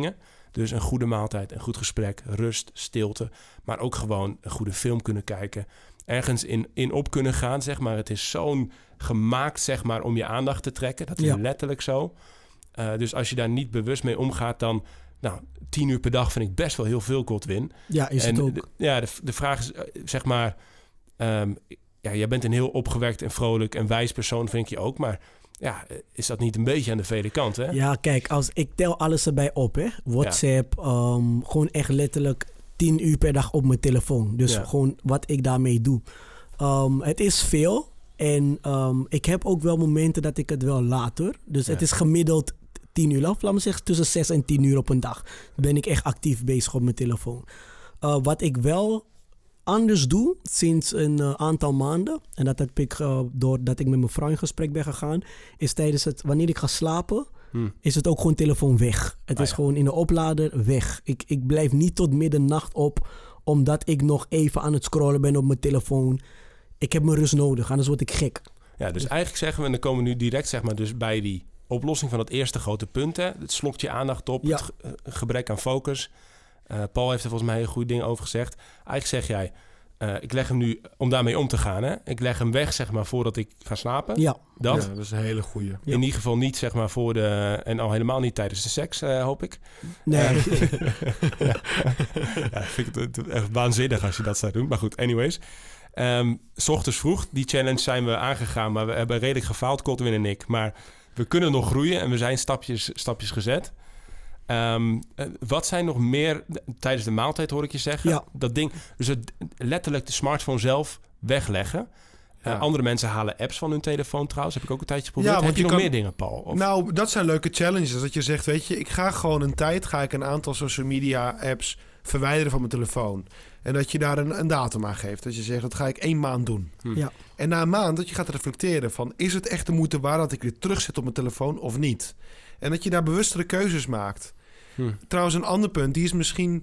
[SPEAKER 1] Dus een goede maaltijd, een goed gesprek, rust, stilte. Maar ook gewoon een goede film kunnen kijken. Ergens in op kunnen gaan, zeg maar. Het is zo'n gemaakt, zeg maar, om je aandacht te trekken. Dat is letterlijk zo. Dus als je daar niet bewust mee omgaat, dan... 10 uur per dag vind ik best wel heel veel, Godwin.
[SPEAKER 2] Ja, is het ook.
[SPEAKER 1] De vraag is, zeg maar... jij bent een heel opgewekt en vrolijk en wijs persoon, vind je ook. Maar is dat niet een beetje aan de vele kant, hè?
[SPEAKER 2] Ja, kijk, als ik tel alles erbij op, hè. WhatsApp, gewoon echt letterlijk 10 uur per dag op mijn telefoon. Dus gewoon wat ik daarmee doe. Het is veel. En ik heb ook wel momenten dat ik het wel laat, hoor. Dus het is gemiddeld 10 uur. Laat me zeggen, tussen 6 en 10 uur op een dag ben ik echt actief bezig op mijn telefoon. Wat ik wel anders doe sinds een aantal maanden, en dat heb ik doordat ik met mijn vrouw in gesprek ben gegaan, is wanneer ik ga slapen, is het ook gewoon telefoon weg. Het is gewoon in de oplader weg. Ik blijf niet tot middernacht op, omdat ik nog even aan het scrollen ben op mijn telefoon. Ik heb mijn rust nodig, anders word ik gek.
[SPEAKER 1] Ja, dus eigenlijk zeggen we, en dan komen we nu direct, zeg maar, dus bij die oplossing van het eerste grote punt. Hè. Het slokt je aandacht op, het gebrek aan focus. Paul heeft er volgens mij een goede ding over gezegd. Eigenlijk zeg jij, ik leg hem nu, om daarmee om te gaan, hè. Ik leg hem weg, zeg maar, voordat ik ga slapen.
[SPEAKER 2] Ja.
[SPEAKER 1] Dat
[SPEAKER 3] is een hele goeie.
[SPEAKER 1] In ieder geval niet, zeg maar, voor de... En al helemaal niet tijdens de seks, hoop ik.
[SPEAKER 2] Nee.
[SPEAKER 1] Ik vind het echt waanzinnig als je dat zou doen. Maar goed, anyways. 's Ochtends vroeg, die challenge zijn we aangegaan. Maar we hebben redelijk gefaald, Godwin en ik. Maar we kunnen nog groeien en we zijn stapjes gezet. Wat zijn nog meer... Tijdens de maaltijd hoor ik je zeggen.
[SPEAKER 2] Ja.
[SPEAKER 1] Dat ding... Dus letterlijk de smartphone zelf wegleggen. Andere mensen halen apps van hun telefoon trouwens. Heb ik ook een tijdje geprobeerd. Heb je nog meer dingen, Paul? Of?
[SPEAKER 3] Nou, dat zijn leuke challenges. Dat je zegt, weet je, ik ga gewoon een aantal social media apps verwijderen van mijn telefoon. En dat je daar een datum aan geeft. Dat je zegt, dat ga ik 1 maand doen.
[SPEAKER 2] Ja.
[SPEAKER 3] En na een maand dat je gaat reflecteren van... is het echt de moeite waard dat ik weer terugzet op mijn telefoon of niet? En dat je daar bewustere keuzes maakt. Trouwens, een ander punt, die is misschien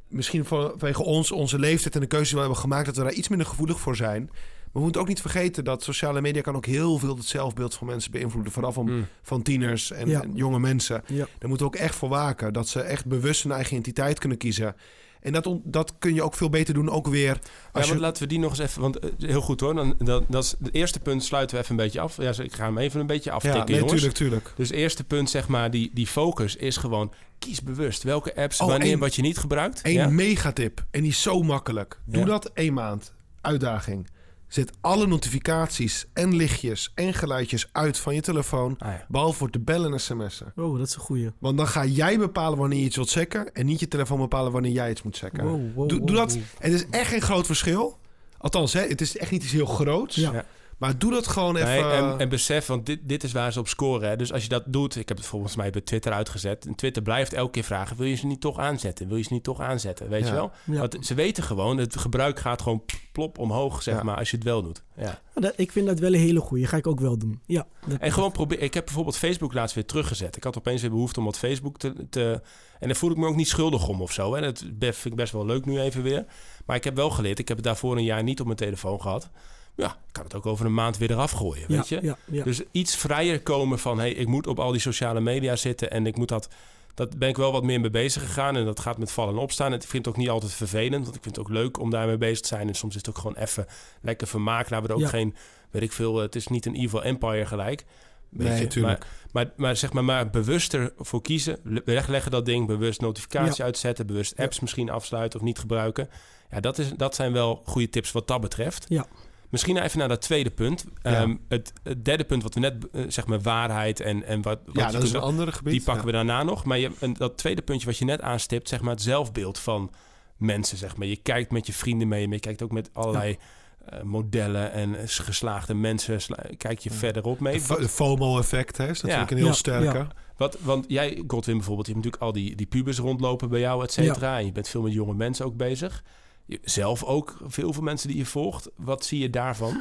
[SPEAKER 3] vanwege onze leeftijd en de keuzes die we hebben gemaakt... dat we daar iets minder gevoelig voor zijn. Maar we moeten ook niet vergeten dat sociale media kan ook heel veel het zelfbeeld van mensen beïnvloeden. Vooral van tieners en jonge mensen. Ja. Daar moeten we ook echt voor waken. Dat ze echt bewust hun eigen identiteit kunnen kiezen. En dat kun je ook veel beter doen, ook weer.
[SPEAKER 1] Want laten we die nog eens even... Want heel goed hoor, dat is het eerste punt sluiten we even een beetje af. Ja, ik ga hem even een beetje aftikken, jongens.
[SPEAKER 3] Tuurlijk.
[SPEAKER 1] Dus het eerste punt, zeg maar, die focus is gewoon... Kies bewust welke apps, wanneer, wat je niet gebruikt.
[SPEAKER 3] Een megatip. En die is zo makkelijk. Doe dat 1 maand. Uitdaging. Zet alle notificaties en lichtjes en geluidjes uit van je telefoon. Behalve voor te bellen en sms'en.
[SPEAKER 2] Oh, dat is een goeie.
[SPEAKER 3] Want dan ga jij bepalen wanneer je iets wilt checken. En niet je telefoon bepalen wanneer jij iets moet checken. Doe dat. En het is echt geen groot verschil. Althans, het is echt niet iets heel groots. Ja. Maar doe dat gewoon even...
[SPEAKER 1] En besef, want dit is waar ze op scoren. Hè? Dus als je dat doet... Ik heb het volgens mij bij Twitter uitgezet. En Twitter blijft elke keer vragen... Wil je ze niet toch aanzetten? Weet je wel? Ja. Want ze weten gewoon... Het gebruik gaat gewoon plop omhoog, zeg maar... als je het wel doet. Ja.
[SPEAKER 2] Ik vind dat wel een hele goeie. Ga ik ook wel doen. Ja,
[SPEAKER 1] en gewoon proberen... Ik heb bijvoorbeeld Facebook laatst weer teruggezet. Ik had opeens weer behoefte om wat Facebook te... En daar voel ik me ook niet schuldig om of zo. Hè? Dat vind ik best wel leuk nu even weer. Maar ik heb wel geleerd... Ik heb het daarvoor een jaar niet op mijn telefoon gehad... Ja, ik kan het ook over een maand weer eraf gooien, weet je? Ja. Dus iets vrijer komen van... ik moet op al die sociale media zitten... en ik moet dat ben ik wel wat meer mee bezig gegaan... en dat gaat met vallen en opstaan. En ik vind het ook niet altijd vervelend... want ik vind het ook leuk om daarmee bezig te zijn... en soms is het ook gewoon even lekker vermaak. Nou, we er ook geen, weet ik veel... het is niet een evil empire gelijk...
[SPEAKER 3] Nee, natuurlijk.
[SPEAKER 1] Maar zeg maar bewuster voor kiezen. Wegleggen dat ding, bewust notificatie uitzetten... bewust apps misschien afsluiten of niet gebruiken. Ja, dat zijn wel goede tips wat dat betreft.
[SPEAKER 2] Ja.
[SPEAKER 1] Misschien even naar dat tweede punt. Het derde punt wat we net, zeg maar, waarheid en wat
[SPEAKER 3] dat is een andere gebied.
[SPEAKER 1] Die pakken we daarna nog. Maar dat tweede puntje wat je net aanstipt, zeg maar, het zelfbeeld van mensen, zeg maar. Je kijkt met je vrienden mee, maar je kijkt ook met allerlei modellen en geslaagde mensen. Kijk je verderop mee.
[SPEAKER 3] De FOMO-effect is natuurlijk een heel sterke.
[SPEAKER 1] Ja. Want jij, Godwin bijvoorbeeld, je hebt natuurlijk al die pubers rondlopen bij jou, et cetera. Ja. En je bent veel met jonge mensen ook bezig. Zelf ook veel mensen die je volgt. Wat zie je daarvan?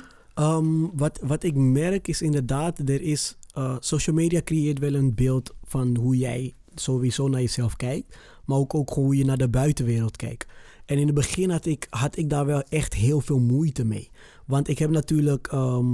[SPEAKER 2] Wat ik merk is inderdaad... er is social media creëert wel een beeld van hoe jij sowieso naar jezelf kijkt... maar ook hoe je naar de buitenwereld kijkt. En in het begin had ik daar wel echt heel veel moeite mee. Want ik heb natuurlijk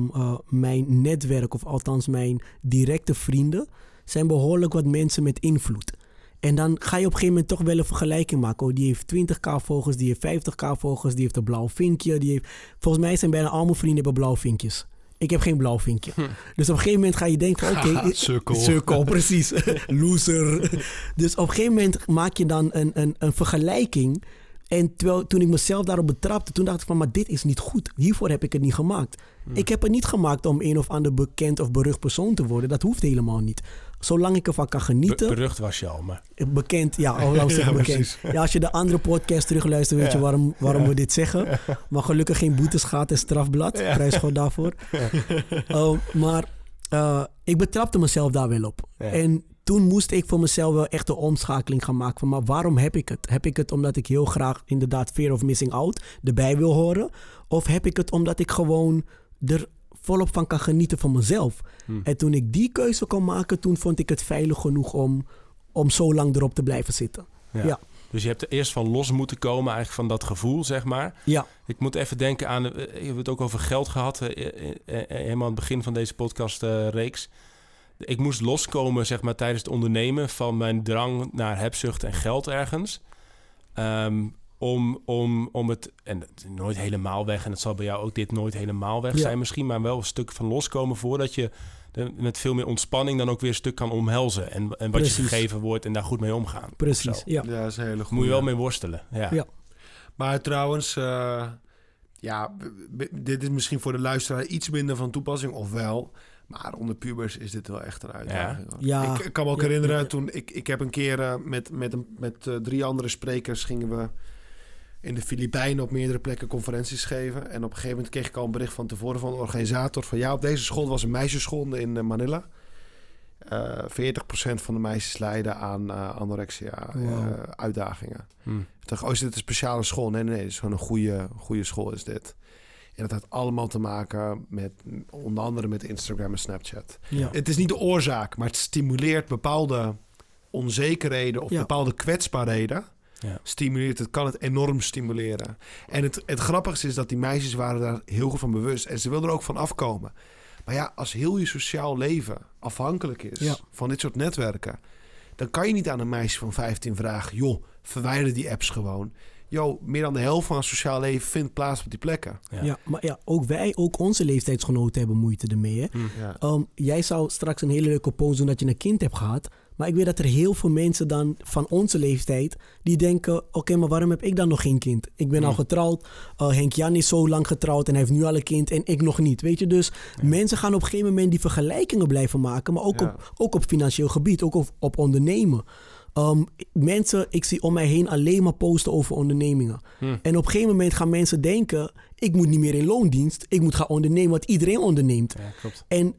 [SPEAKER 2] mijn netwerk... of althans mijn directe vrienden... zijn behoorlijk wat mensen met invloed. En dan ga je op een gegeven moment toch wel een vergelijking maken. Oh, die heeft 20k volgers, die heeft 50k volgers, die heeft een blauw vinkje. Volgens mij zijn bijna al mijn vrienden hebben blauwe vinkjes. Ik heb geen blauw vinkje. Dus op een gegeven moment ga je denken van oké, sukkel, precies. Loser. Dus op een gegeven moment maak je dan een vergelijking. En toen ik mezelf daarop betrapte, toen dacht ik van, maar dit is niet goed. Hiervoor heb ik het niet gemaakt. Ik heb het niet gemaakt om een of ander bekend of berucht persoon te worden. Dat hoeft helemaal niet. Zolang ik ervan kan genieten.
[SPEAKER 1] Berucht was je al, maar...
[SPEAKER 2] Bekend, ja, laat zeggen bekend. Ja, als je de andere podcast terugluistert, weet je waarom we dit zeggen. Maar gelukkig geen boetes gaat en strafblad. Prijs gewoon daarvoor. Maar ik betrapte mezelf daar wel op. Ja. En toen moest ik voor mezelf wel echt een omschakeling gaan maken. Van, maar waarom heb ik het? Heb ik het omdat ik heel graag inderdaad fear of missing out erbij wil horen? Of heb ik het omdat ik gewoon er volop van kan genieten van mezelf? En toen ik die keuze kon maken, toen vond ik het veilig genoeg om zo lang erop te blijven zitten. Ja.
[SPEAKER 1] Dus je hebt er eerst van los moeten komen, eigenlijk van dat gevoel, zeg maar. Ja. Ik moet even denken aan, je hebt het ook over geld gehad, helemaal aan het begin van deze podcastreeks. Ik moest loskomen, zeg maar, tijdens het ondernemen van mijn drang naar hebzucht en geld ergens. Om het, en het is nooit helemaal weg, en het zal bij jou ook dit nooit helemaal weg zijn misschien, maar wel een stuk van loskomen voordat je met veel meer ontspanning dan ook weer een stuk kan omhelzen. En wat je gegeven wordt en daar goed mee omgaan.
[SPEAKER 2] Precies, ja.
[SPEAKER 3] Ja, dat is een hele goede.
[SPEAKER 1] Moet je wel mee worstelen. Ja.
[SPEAKER 3] Maar trouwens, dit is misschien voor de luisteraar iets minder van toepassing, of wel. Maar onder pubers is dit wel echt een uitdaging. Ja. Ik kan me ook herinneren, toen ik heb een keer met 3 andere sprekers gingen we in de Filipijnen op meerdere plekken conferenties geven. En op een gegeven moment kreeg ik al een bericht van tevoren van de organisator van op deze school, was een meisjesschool in Manila. 40% van de meisjes lijden aan anorexia uitdagingen. Ik dacht, is dit een speciale school? Nee, dit is gewoon een goede school is dit. En dat had allemaal te maken met, onder andere met Instagram en Snapchat. Ja. Het is niet de oorzaak, maar het stimuleert bepaalde onzekerheden of bepaalde kwetsbaarheden. Het kan het enorm stimuleren. En het grappigste is dat die meisjes waren daar heel goed van bewust. En ze wilden er ook van afkomen. Maar als heel je sociaal leven afhankelijk is van dit soort netwerken, dan kan je niet aan een meisje van 15 vragen, joh, verwijder die apps gewoon. Meer dan de helft van het sociaal leven vindt plaats op die plekken. Maar ook onze leeftijdsgenoten hebben moeite ermee. Hè? Jij zou straks een hele leuke post doen dat je een kind hebt gehad. Maar ik weet dat er heel veel mensen dan van onze leeftijd die denken, oké, maar waarom heb ik dan nog geen kind? Ik ben al getrouwd. Henk-Jan is zo lang getrouwd en hij heeft nu al een kind en ik nog niet. Weet je, dus mensen gaan op een gegeven moment die vergelijkingen blijven maken. Maar ook op financieel gebied, ook op ondernemen. Mensen, ik zie om mij heen alleen maar posten over ondernemingen. En op een gegeven moment gaan mensen denken, ik moet niet meer in loondienst. Ik moet gaan ondernemen, want iedereen onderneemt. Ja, klopt. En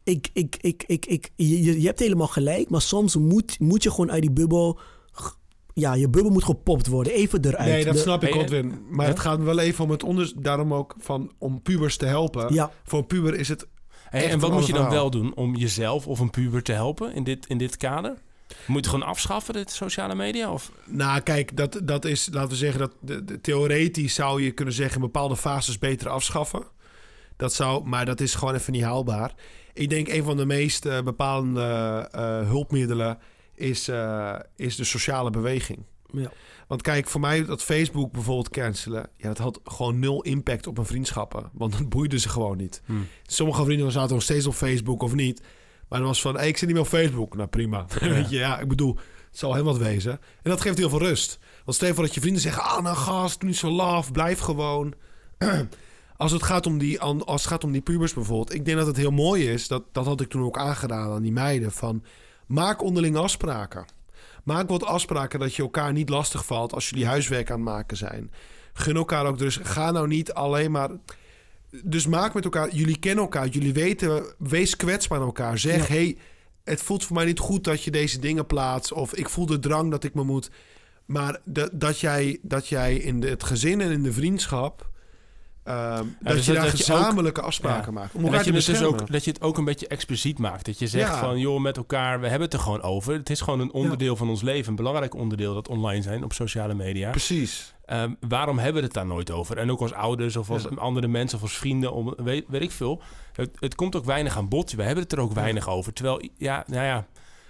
[SPEAKER 3] je hebt helemaal gelijk, maar soms moet je gewoon uit die bubbel. Ja, je bubbel moet gepopt worden. Even eruit. Nee, dat snap ik, Godwin. Maar het gaat wel even om het onderzoek. Daarom ook om pubers te helpen. Ja. Voor een puber is het.
[SPEAKER 1] En wat moet je dan wel doen om jezelf of een puber te helpen in dit kader? Moet je het gewoon afschaffen, de sociale media? Of?
[SPEAKER 3] Nou, kijk, dat is, laten we zeggen, dat theoretisch zou je kunnen zeggen in bepaalde fases beter afschaffen. Maar dat is gewoon even niet haalbaar. Ik denk een van de meest bepalende hulpmiddelen is de sociale beweging. Ja. Want kijk, voor mij dat Facebook bijvoorbeeld cancelen, dat had gewoon 0 impact op mijn vriendschappen. Want dat boeide ze gewoon niet. Sommige vrienden zaten nog steeds op Facebook of niet. Maar dan was van, ik zit niet meer op Facebook. Nou, prima. Weet je, ik bedoel, het zal heel wat wezen. En dat geeft heel veel rust. Want stel je voor dat je vrienden zeggen, nou gast, niet zo laf, blijf gewoon. Als het gaat om die pubers bijvoorbeeld. Ik denk dat het heel mooi is, dat had ik toen ook aangedaan aan die meiden, van maak onderling afspraken. Maak wat afspraken dat je elkaar niet lastig valt als jullie huiswerk aan het maken zijn. Gun elkaar ook dus. Ga nou niet alleen maar. Dus maak met elkaar. Jullie kennen elkaar. Jullie weten. Wees kwetsbaar aan elkaar. Zeg, hey, het voelt voor mij niet goed dat je deze dingen plaatst. Of ik voel de drang dat ik me moet. Maar dat jij in het gezin en in de vriendschap. Dat je daar gezamenlijke afspraken maakt.
[SPEAKER 1] Dat je het ook een beetje expliciet maakt. Dat je zegt van, joh, met elkaar, we hebben het er gewoon over. Het is gewoon een onderdeel van ons leven. Een belangrijk onderdeel dat online zijn op sociale media.
[SPEAKER 3] Precies.
[SPEAKER 1] Waarom hebben we het daar nooit over? En ook als ouders of als andere mensen of als vrienden, weet ik veel. Het komt ook weinig aan bod. We hebben het er ook weinig over. Terwijl,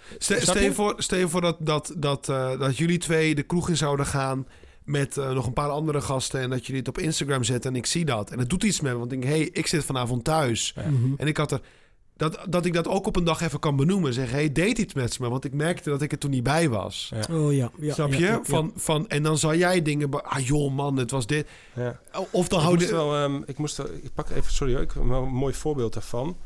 [SPEAKER 3] Stel je voor dat jullie 2 de kroeg in zouden gaan met nog een paar andere gasten en dat jullie het op Instagram zetten en ik zie dat. En het doet iets met me, want ik denk, ik zit vanavond thuis. Ja. En ik had er... Dat ik dat ook op een dag even kan benoemen. Zeggen, deed iets met me. Want ik merkte dat ik er toen niet bij was.
[SPEAKER 2] Ja. Oh ja.
[SPEAKER 3] Snap je? Ja. En dan zou jij dingen... joh man, het was dit. Ja. Of dan houden...
[SPEAKER 1] Ik pak even... Sorry hoor. Ik heb wel een mooi voorbeeld daarvan.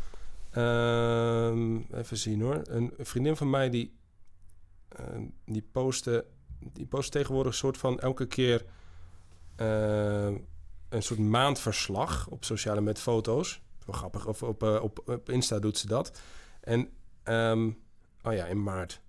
[SPEAKER 1] Even zien hoor. Een vriendin van mij die postte tegenwoordig een soort van elke keer... een soort maandverslag op sociale met foto's. Wel grappig. Of op Insta doet ze dat. En in maart.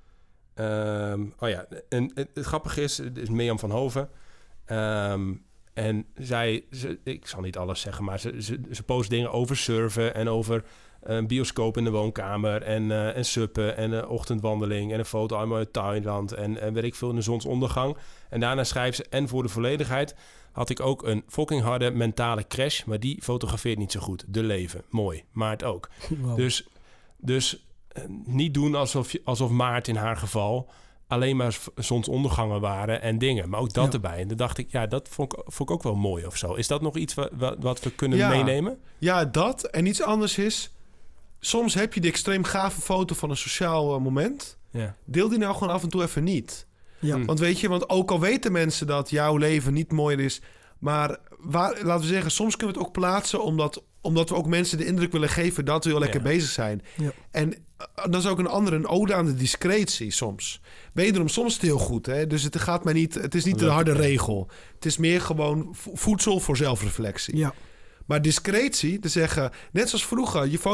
[SPEAKER 1] En het grappige is Mirjam van Hoven. En ik zal niet alles zeggen, maar ze post dingen over surfen en over een bioscoop in de woonkamer en suppen en een ochtendwandeling en een foto allemaal uit Thailand en weet ik veel in de zonsondergang. En daarna schrijft ze, en voor de volledigheid had ik ook een fucking harde mentale crash, maar die fotografeert niet zo goed. De leven, mooi. Maart ook. Wow. Dus niet doen alsof Maart in haar geval alleen maar zonsondergangen waren en dingen. Maar ook dat erbij. En dan dacht ik, dat vond ik ook wel mooi of zo. Is dat nog iets wat we kunnen meenemen? Ja,
[SPEAKER 3] dat. En iets anders is, soms heb je de extreem gave foto van een sociaal moment. Ja. Deel die nou gewoon af en toe even niet. Ja. Want ook al weten mensen dat jouw leven niet mooier is, maar laten we zeggen, soms kunnen we het ook plaatsen omdat we ook mensen de indruk willen geven dat we heel lekker bezig zijn. Ja. En dat is ook een ode aan de discretie soms. Wederom, soms is het heel goed. Hè? Dus het is niet de harde regel. Het is meer gewoon voedsel voor zelfreflectie. Ja. Maar discretie, te zeggen, net zoals vroeger, je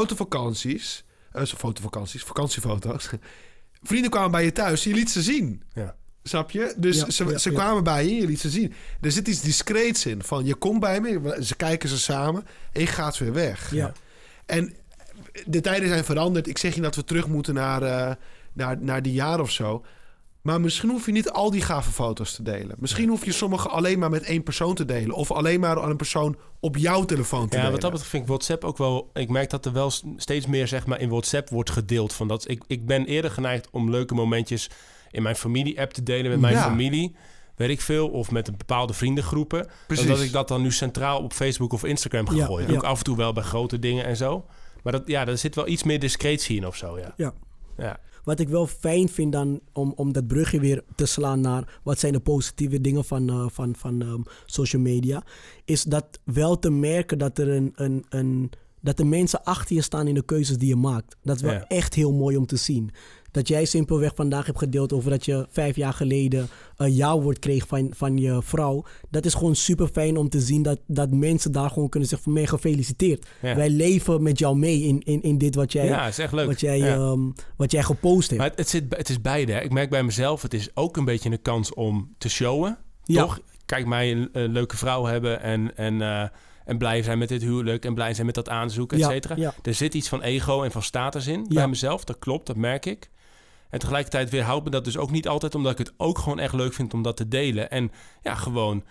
[SPEAKER 3] vakantiefoto's. Vrienden kwamen bij je thuis, je liet ze zien. Ja. Snap je? Dus ze kwamen bij je liet ze zien. Er zit iets discreets in. Van, je komt bij me, ze kijken ze samen en je gaat weer weg. Ja. En de tijden zijn veranderd. Ik zeg niet dat we terug moeten naar die jaren of zo. Maar misschien hoef je niet al die gave foto's te delen. Misschien hoef je sommige alleen maar met 1 persoon te delen. Of alleen maar aan een persoon op jouw telefoon te delen.
[SPEAKER 1] Wat dat betreft vind ik WhatsApp ook wel... Ik merk dat er wel steeds meer zeg maar in WhatsApp wordt gedeeld. Ik ben eerder geneigd om leuke momentjes in mijn familie-app te delen met mijn familie. Weet ik veel. Of met een bepaalde vriendengroepen. Precies. Dan dat ik dat dan nu centraal op Facebook of Instagram ga gooien. Ook af en toe wel bij grote dingen en zo. Maar er zit wel iets meer discretie in of zo. Ja.
[SPEAKER 2] Wat ik wel fijn vind dan om dat brugje weer te slaan naar wat zijn de positieve dingen van social media, is dat wel te merken dat er dat de mensen achter je staan in de keuzes die je maakt. Dat is wel echt heel mooi om te zien. Dat jij simpelweg vandaag hebt gedeeld over dat je 5 jaar geleden een ja-woord kreeg van je vrouw. Dat is gewoon super fijn om te zien dat mensen daar gewoon kunnen zeggen van mij gefeliciteerd. Ja. Wij leven met jou mee in dit wat jij,
[SPEAKER 1] is echt leuk.
[SPEAKER 2] Wat jij gepost hebt.
[SPEAKER 1] Maar het is beide. Hè. Ik merk bij mezelf, het is ook een beetje een kans om te showen. Ja. Toch? Kijk, mij een leuke vrouw hebben en blij zijn met dit huwelijk en blij zijn met dat aanzoek, et cetera. Ja. Er zit iets van ego en van status in bij mezelf. Dat klopt, dat merk ik. En tegelijkertijd weerhoudt me dat dus ook niet altijd, omdat ik het ook gewoon echt leuk vind om dat te delen. En gewoon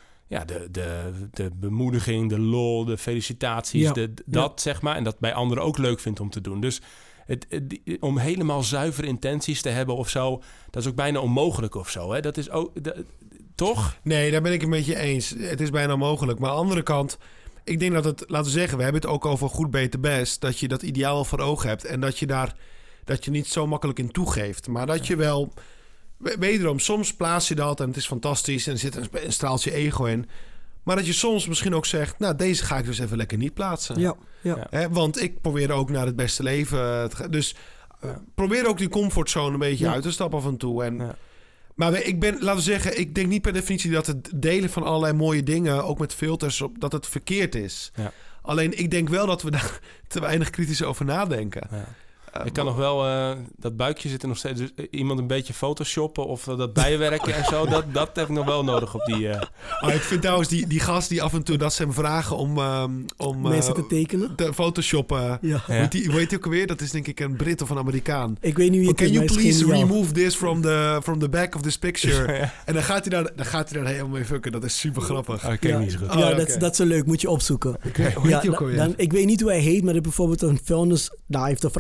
[SPEAKER 1] de bemoediging, de lol, de felicitaties, dat zeg maar. En dat bij anderen ook leuk vind om te doen. Dus om helemaal zuivere intenties te hebben of zo, dat is ook bijna onmogelijk of zo. Hè? Dat is ook... toch?
[SPEAKER 3] Nee, daar ben ik het met je eens. Het is bijna onmogelijk. Maar aan de andere kant, ik denk dat het, laten we zeggen, we hebben het ook over goed, beter, best. Dat je dat ideaal voor ogen hebt. En dat je niet zo makkelijk in toegeeft. Maar dat je wel, wederom, soms plaats je dat en het is fantastisch. En er zit een straaltje ego in. Maar dat je soms misschien ook zegt, nou, deze ga ik dus even lekker niet plaatsen. Ja. Want ik probeer ook naar het beste leven te gaan. Dus probeer ook die comfortzone een beetje uit te stappen af en toe. En... Maar laten we zeggen, ik denk niet per definitie dat het delen van allerlei mooie dingen, ook met filters, dat het verkeerd is. Ja. Alleen ik denk wel dat we daar te weinig kritisch over nadenken. Ja.
[SPEAKER 1] Ik kan nog wel, dat buikje zit er nog steeds, dus iemand een beetje photoshoppen of dat bijwerken en zo, dat heb ik nog wel nodig op die...
[SPEAKER 3] Maar ik vind trouwens die gast die af en toe dat ze hem vragen om
[SPEAKER 2] mensen te tekenen,
[SPEAKER 3] te photoshoppen. Ja. Hoe heet die ook alweer? Dat is denk ik een Brit of een Amerikaan.
[SPEAKER 2] Ik weet niet wie het is.
[SPEAKER 3] Can you please remove this from the back of this picture? Ja. En dan gaat hij daar helemaal mee fucken. Dat is super grappig.
[SPEAKER 1] Ik ken niet zo goed.
[SPEAKER 2] Dat is zo leuk. Moet je opzoeken.
[SPEAKER 3] Hoe heet die ook alweer?
[SPEAKER 2] Ik weet niet hoe hij heet, maar bijvoorbeeld een vuilnis, daar heeft een vrouw een hele mooie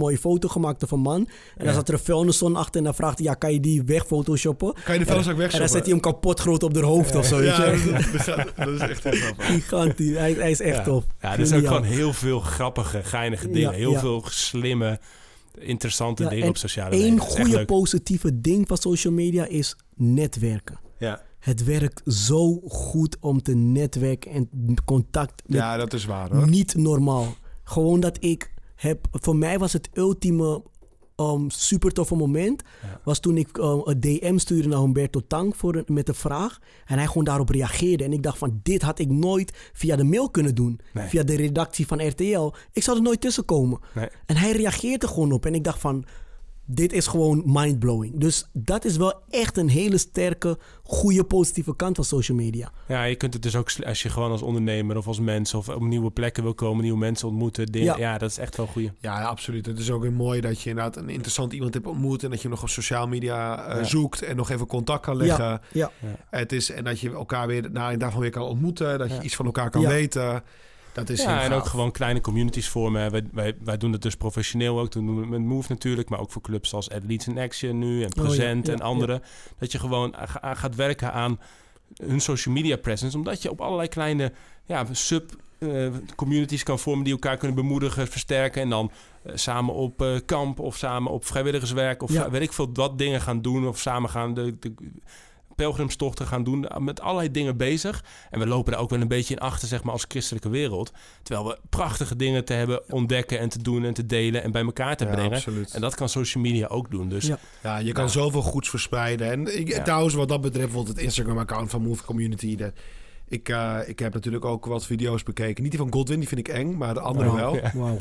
[SPEAKER 2] mooie foto gemaakt van een man. En dan zat er een vuilniszon achter en dan vraagt hij, kan je die wegphotoshoppen?
[SPEAKER 3] Kan je de vuilniszak wegshoppen?
[SPEAKER 2] En dan zet hij hem kapot groot op haar hoofd of zo, weet je.
[SPEAKER 3] Dat is echt heel grappig.
[SPEAKER 2] Gigantisch, hij is echt tof.
[SPEAKER 1] Ja, er is ook gewoon heel veel grappige, geinige dingen. Heel veel slimme, interessante dingen op sociale media.
[SPEAKER 2] Eén goede positieve ding van social media is netwerken.
[SPEAKER 1] Ja.
[SPEAKER 2] Het werkt zo goed om te netwerken en contact met...
[SPEAKER 3] Ja, dat is waar, hoor.
[SPEAKER 2] Niet normaal. Gewoon dat ik heb... Voor mij was het ultieme super toffe moment... was toen ik een DM stuurde naar Humberto Tang met een vraag... en hij gewoon daarop reageerde. En ik dacht van, dit had ik nooit via de mail kunnen doen. Nee. Via de redactie van RTL. Ik zou er nooit tussen komen. Nee. En hij reageerde gewoon op. En ik dacht van... Dit is gewoon mindblowing. Dus dat is wel echt een hele sterke, goede, positieve kant van social media.
[SPEAKER 1] Ja, je kunt het dus ook als je gewoon als ondernemer of als mens of op nieuwe plekken wil komen, nieuwe mensen ontmoeten. Ja, dat is echt wel goed.
[SPEAKER 3] Ja, absoluut. Het is ook weer mooi dat je inderdaad een interessant iemand hebt ontmoet en dat je hem nog op sociale media zoekt en nog even contact kan leggen.
[SPEAKER 2] Ja.
[SPEAKER 3] Het is, en dat je elkaar weer daarvan weer kan ontmoeten, dat je iets van elkaar kan weten. Dat is
[SPEAKER 1] en ook gewoon kleine communities vormen. Wij doen het dus professioneel ook. Toen doen we het met Move natuurlijk. Maar ook voor clubs als Athletes in Action nu. En Present en andere. Ja. Dat je gewoon gaat werken aan hun social media presence. Omdat je op allerlei kleine sub-communities kan vormen. Die elkaar kunnen bemoedigen, versterken. En dan samen op kamp of samen op vrijwilligerswerk. Of weet ik veel wat dingen gaan doen. Of samen gaan de pelgrimstochten gaan doen, met allerlei dingen bezig. En we lopen er ook wel een beetje in achter, zeg maar, als christelijke wereld. Terwijl we prachtige dingen te hebben ontdekken en te doen en te delen en bij elkaar te brengen.
[SPEAKER 3] Absoluut.
[SPEAKER 1] En dat kan social media ook doen. Dus,
[SPEAKER 3] je kan zoveel goeds verspreiden. En trouwens, wat dat betreft, bijvoorbeeld het Instagram-account van Move Community... Ik heb natuurlijk ook wat video's bekeken. Niet die van Godwin, die vind ik eng, maar de andere wel.
[SPEAKER 2] Ja. Wow.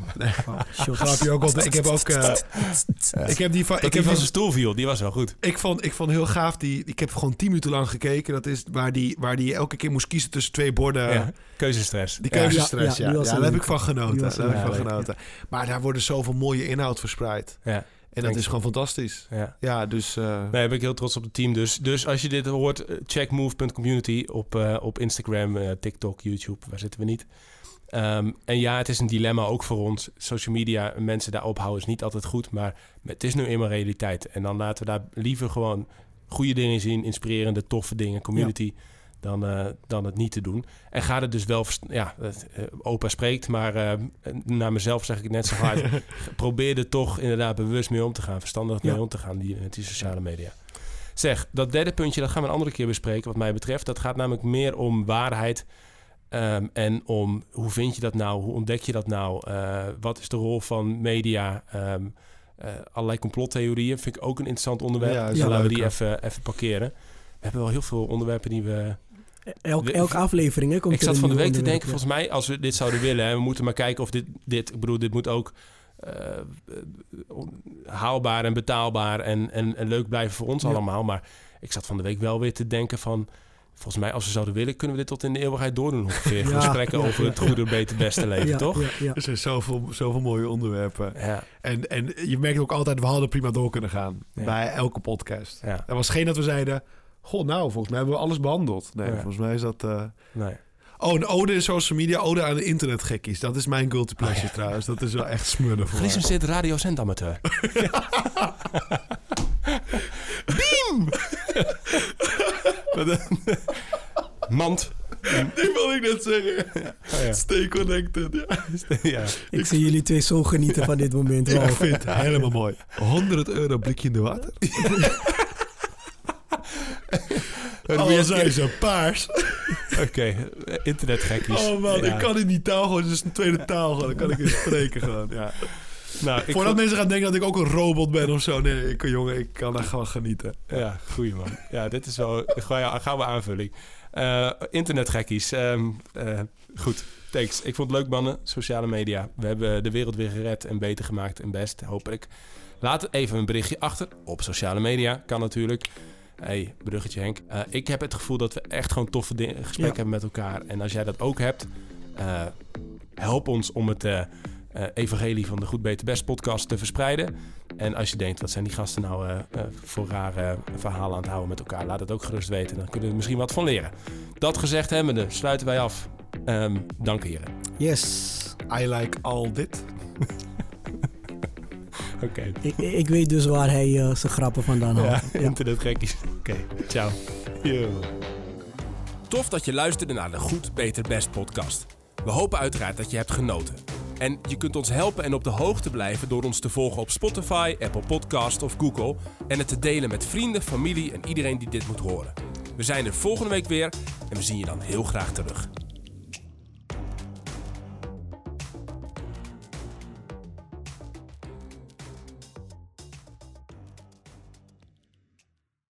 [SPEAKER 3] Ik heb ook... ik heb die van
[SPEAKER 1] zijn stoel viel, die was wel goed.
[SPEAKER 3] Ik vond heel gaaf, ik heb gewoon 10 minuten lang gekeken. Dat is waar die elke keer moest kiezen tussen 2 borden. Ja,
[SPEAKER 1] keuzestress.
[SPEAKER 3] Die keuzestress, ja. Daar heb ik van genoten. Maar daar wordt zoveel mooie inhoud verspreid. Ja. En dat is gewoon fantastisch. Ja, dus...
[SPEAKER 1] Nee, ben ik heel trots op het team. Dus als je dit hoort, check move.community op Instagram, TikTok, YouTube. Waar zitten we niet? En ja, het is een dilemma ook voor ons. Social media, mensen daar ophouden is niet altijd goed. Maar het is nu eenmaal realiteit. En dan laten we daar liever gewoon goede dingen zien. Inspirerende, toffe dingen, community... Ja. Dan het niet te doen. En ga er dus wel... opa spreekt, maar naar mezelf zeg ik het net zo hard. Probeer er toch inderdaad bewust mee om te gaan. Verstandig mee om te gaan, die sociale media. Zeg, dat derde puntje, dat gaan we een andere keer bespreken wat mij betreft. Dat gaat namelijk meer om waarheid. En om hoe vind je dat nou? Hoe ontdek je dat nou? Wat is de rol van media? Allerlei complottheorieën vind ik ook een interessant onderwerp. Ja, laten we die even parkeren. We hebben wel heel veel onderwerpen die we...
[SPEAKER 2] Elke aflevering, hè?
[SPEAKER 1] Ik zat van de week te denken, volgens mij, als we dit zouden willen... en we moeten maar kijken of dit moet ook haalbaar en betaalbaar... en leuk blijven voor ons allemaal. Maar ik zat van de week wel weer te denken van... Volgens mij, als we zouden willen, kunnen we dit tot in de eeuwigheid doordoen ongeveer. Gesprekken over het goede, beter, beste leven, toch?
[SPEAKER 3] Ja. Er zijn zoveel mooie onderwerpen. Ja. En je merkt ook altijd, we hadden prima door kunnen gaan. Bij elke podcast. Ja. Er was geen dat we zeiden... Goh, nou, volgens mij hebben we alles behandeld. Nee, volgens mij is dat...
[SPEAKER 1] Nee.
[SPEAKER 3] Oh, een ode in social media, ode aan de internetgekkies. Dat is mijn guilty pleasure trouwens. Dat is wel echt smullen voor
[SPEAKER 1] Gelicensieerd radiozendamateur. Beam! Mand.
[SPEAKER 3] Die wil ik net zeggen. Stay connected.
[SPEAKER 2] Ja. Ik zie jullie twee zo genieten van dit moment.
[SPEAKER 3] Ik vind het helemaal mooi. €100 blikje in de water. Al zijn ze paars.
[SPEAKER 1] Oké, internetgekkies.
[SPEAKER 3] Oh man, ik kan in die taal gewoon. Het is een tweede taal gewoon. Dan kan ik eens spreken gewoon. Ja. Nou, voordat mensen gaan denken dat ik ook een robot ben of zo. Nee, ik kan daar gewoon genieten.
[SPEAKER 1] Ja, goeie man. Ja, dit is wel een gouden aanvulling. Internetgekkies. Goed, thanks. Ik vond het leuk, mannen. Sociale media. We hebben de wereld weer gered en beter gemaakt en best, hopelijk. Laat even een berichtje achter op sociale media. Kan natuurlijk. Hey, bruggetje Henk. Ik heb het gevoel dat we echt gewoon toffe gesprekken hebben met elkaar. En als jij dat ook hebt, help ons om het evangelie van de Goed Beter Best podcast te verspreiden. En als je denkt, wat zijn die gasten nou voor rare verhalen aan het houden met elkaar? Laat het ook gerust weten. Dan kunnen we er misschien wat van leren. Dat gezegd hebbende, sluiten wij af. Dank heren.
[SPEAKER 2] Yes.
[SPEAKER 3] I like all dit.
[SPEAKER 1] Oké.
[SPEAKER 2] Ik weet dus waar hij zijn grappen vandaan haalt.
[SPEAKER 1] Ja, internetgekkies. Oké, ciao. Yo. Tof dat je luisterde naar de Goed, Beter, Best podcast. We hopen uiteraard dat je hebt genoten. En je kunt ons helpen en op de hoogte blijven door ons te volgen op Spotify, Apple Podcast of Google en het te delen met vrienden, familie en iedereen die dit moet horen. We zijn er volgende week weer en we zien je dan heel graag terug.